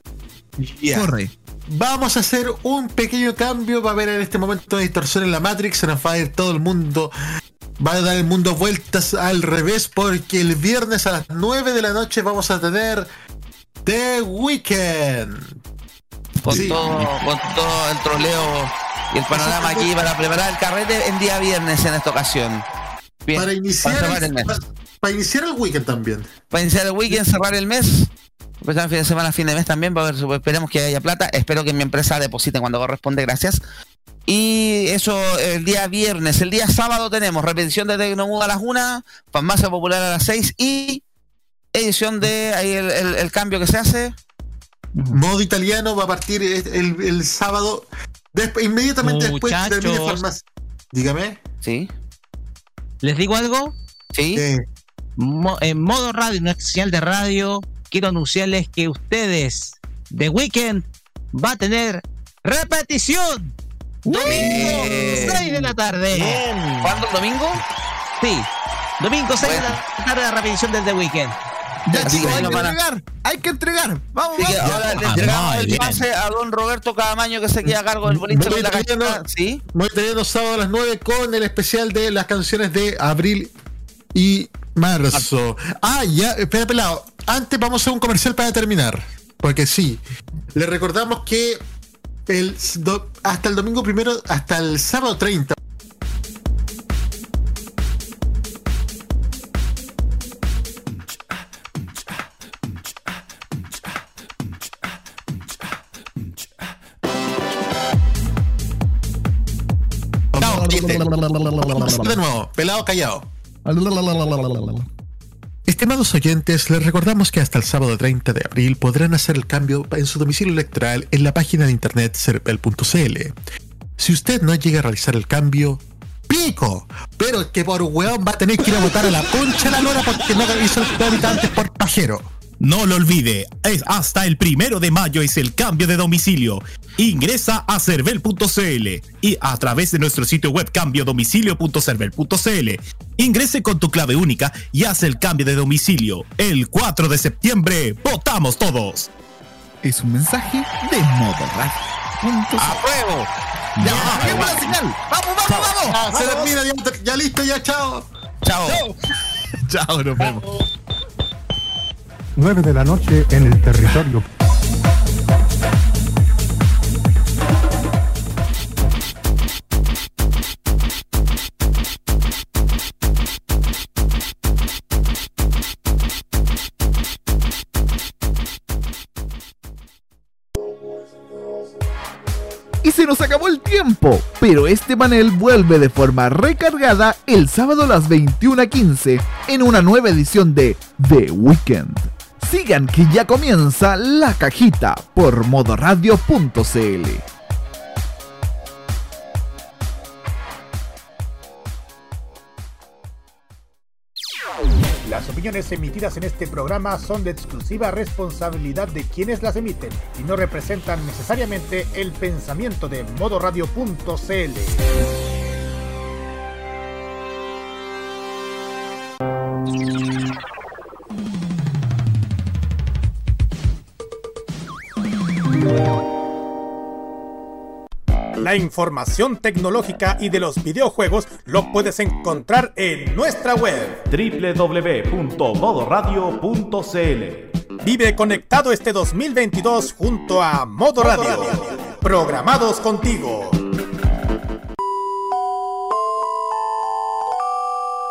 Ya. Corre. Vamos a hacer un pequeño cambio. Va a haber en este momento de distorsión en la Matrix. Se nos va a ir todo el mundo. Va a dar el mundo vueltas al revés. Porque el viernes a las nueve de la noche vamos a tener The Weeknd. Con, Sí. todo, con todo el troleo y el panorama aquí para preparar el carrete en día viernes en esta ocasión. Bien, Para iniciar, para cerrar el el, mes. para, para iniciar el weekend también. Para iniciar el weekend, cerrar el mes. Empezar el fin de semana, fin de mes también. Va a ver, esperemos que haya plata. Espero que mi empresa deposite cuando corresponde, gracias. Y eso el día viernes. El día sábado tenemos repetición de Tecnomood a las una, Farmacia Popular a las seis y edición de ahí el, el, el cambio que se hace. Modo italiano va a partir el, el- el sábado. Después, inmediatamente después que termine Muchachos. farmacia. Dígame. Sí. ¿Les digo algo? Sí. Eh, Mo- en modo radio, nuestra señal de radio, quiero anunciarles que ustedes, The Weeknd, va a tener repetición. Domingo, Bien. seis de la tarde. ¿Cuándo el domingo? Sí, domingo, seis Bueno. de la tarde, la repetición del The Weeknd. Ya, Así chicos, que hay no que van a- entregar. Hay que entregar. Vamos, Así que vamos. ahora le Ah, entregamos muy el bien. pase a don Roberto Cadamaño que se queda a cargo del boliche Muy de la bien, cajita. ¿no? Sí. Muy italiano sábado a las nueve con el especial de las canciones de abril y marzo. Ah, ya, espera, pelado. Antes vamos a hacer un comercial para terminar. Porque sí, le recordamos que el, do- hasta el domingo primero, hasta el sábado treinta. De nuevo, pelado callado. Estimados oyentes, les recordamos que hasta el sábado treinta de abril podrán hacer el cambio en su domicilio electoral en la página de internet cervel punto c l. Si usted no llega a realizar el cambio, ¡pico! Pero que por hueón va a tener que ir a votar a la concha de la lora porque no hizo el trámite antes por pajero. No lo olvide, es hasta el primero de mayo es el cambio de domicilio. Ingresa a cervel punto c l y a través de nuestro sitio web cambio domicilio punto cervel punto c l. Ingrese con tu clave única y haz el cambio de domicilio. El cuatro de septiembre, ¡votamos todos! Es un mensaje de modo radio. Punto ¡A fuego! Ya, qué buena señal. Vamos, vamos, vamos. Ah, se termina, ya, ya listo, ya, chao. Chao. Chao, nos vemos. nueve de la noche en el territorio. Y se nos acabó el tiempo, pero este panel vuelve de forma recargada el sábado a las veintiuna quince en una nueva edición de The Weekend. Sigan que ya comienza La Cajita por modoradio punto cl. Las opiniones emitidas en este programa son de exclusiva responsabilidad de quienes las emiten y no representan necesariamente el pensamiento de modoradio punto cl. La información tecnológica y de los videojuegos lo puedes encontrar en nuestra web doble u doble u doble u punto modoradio punto cl. Vive conectado este dos mil veintidós junto a Modo Radio. Programados contigo.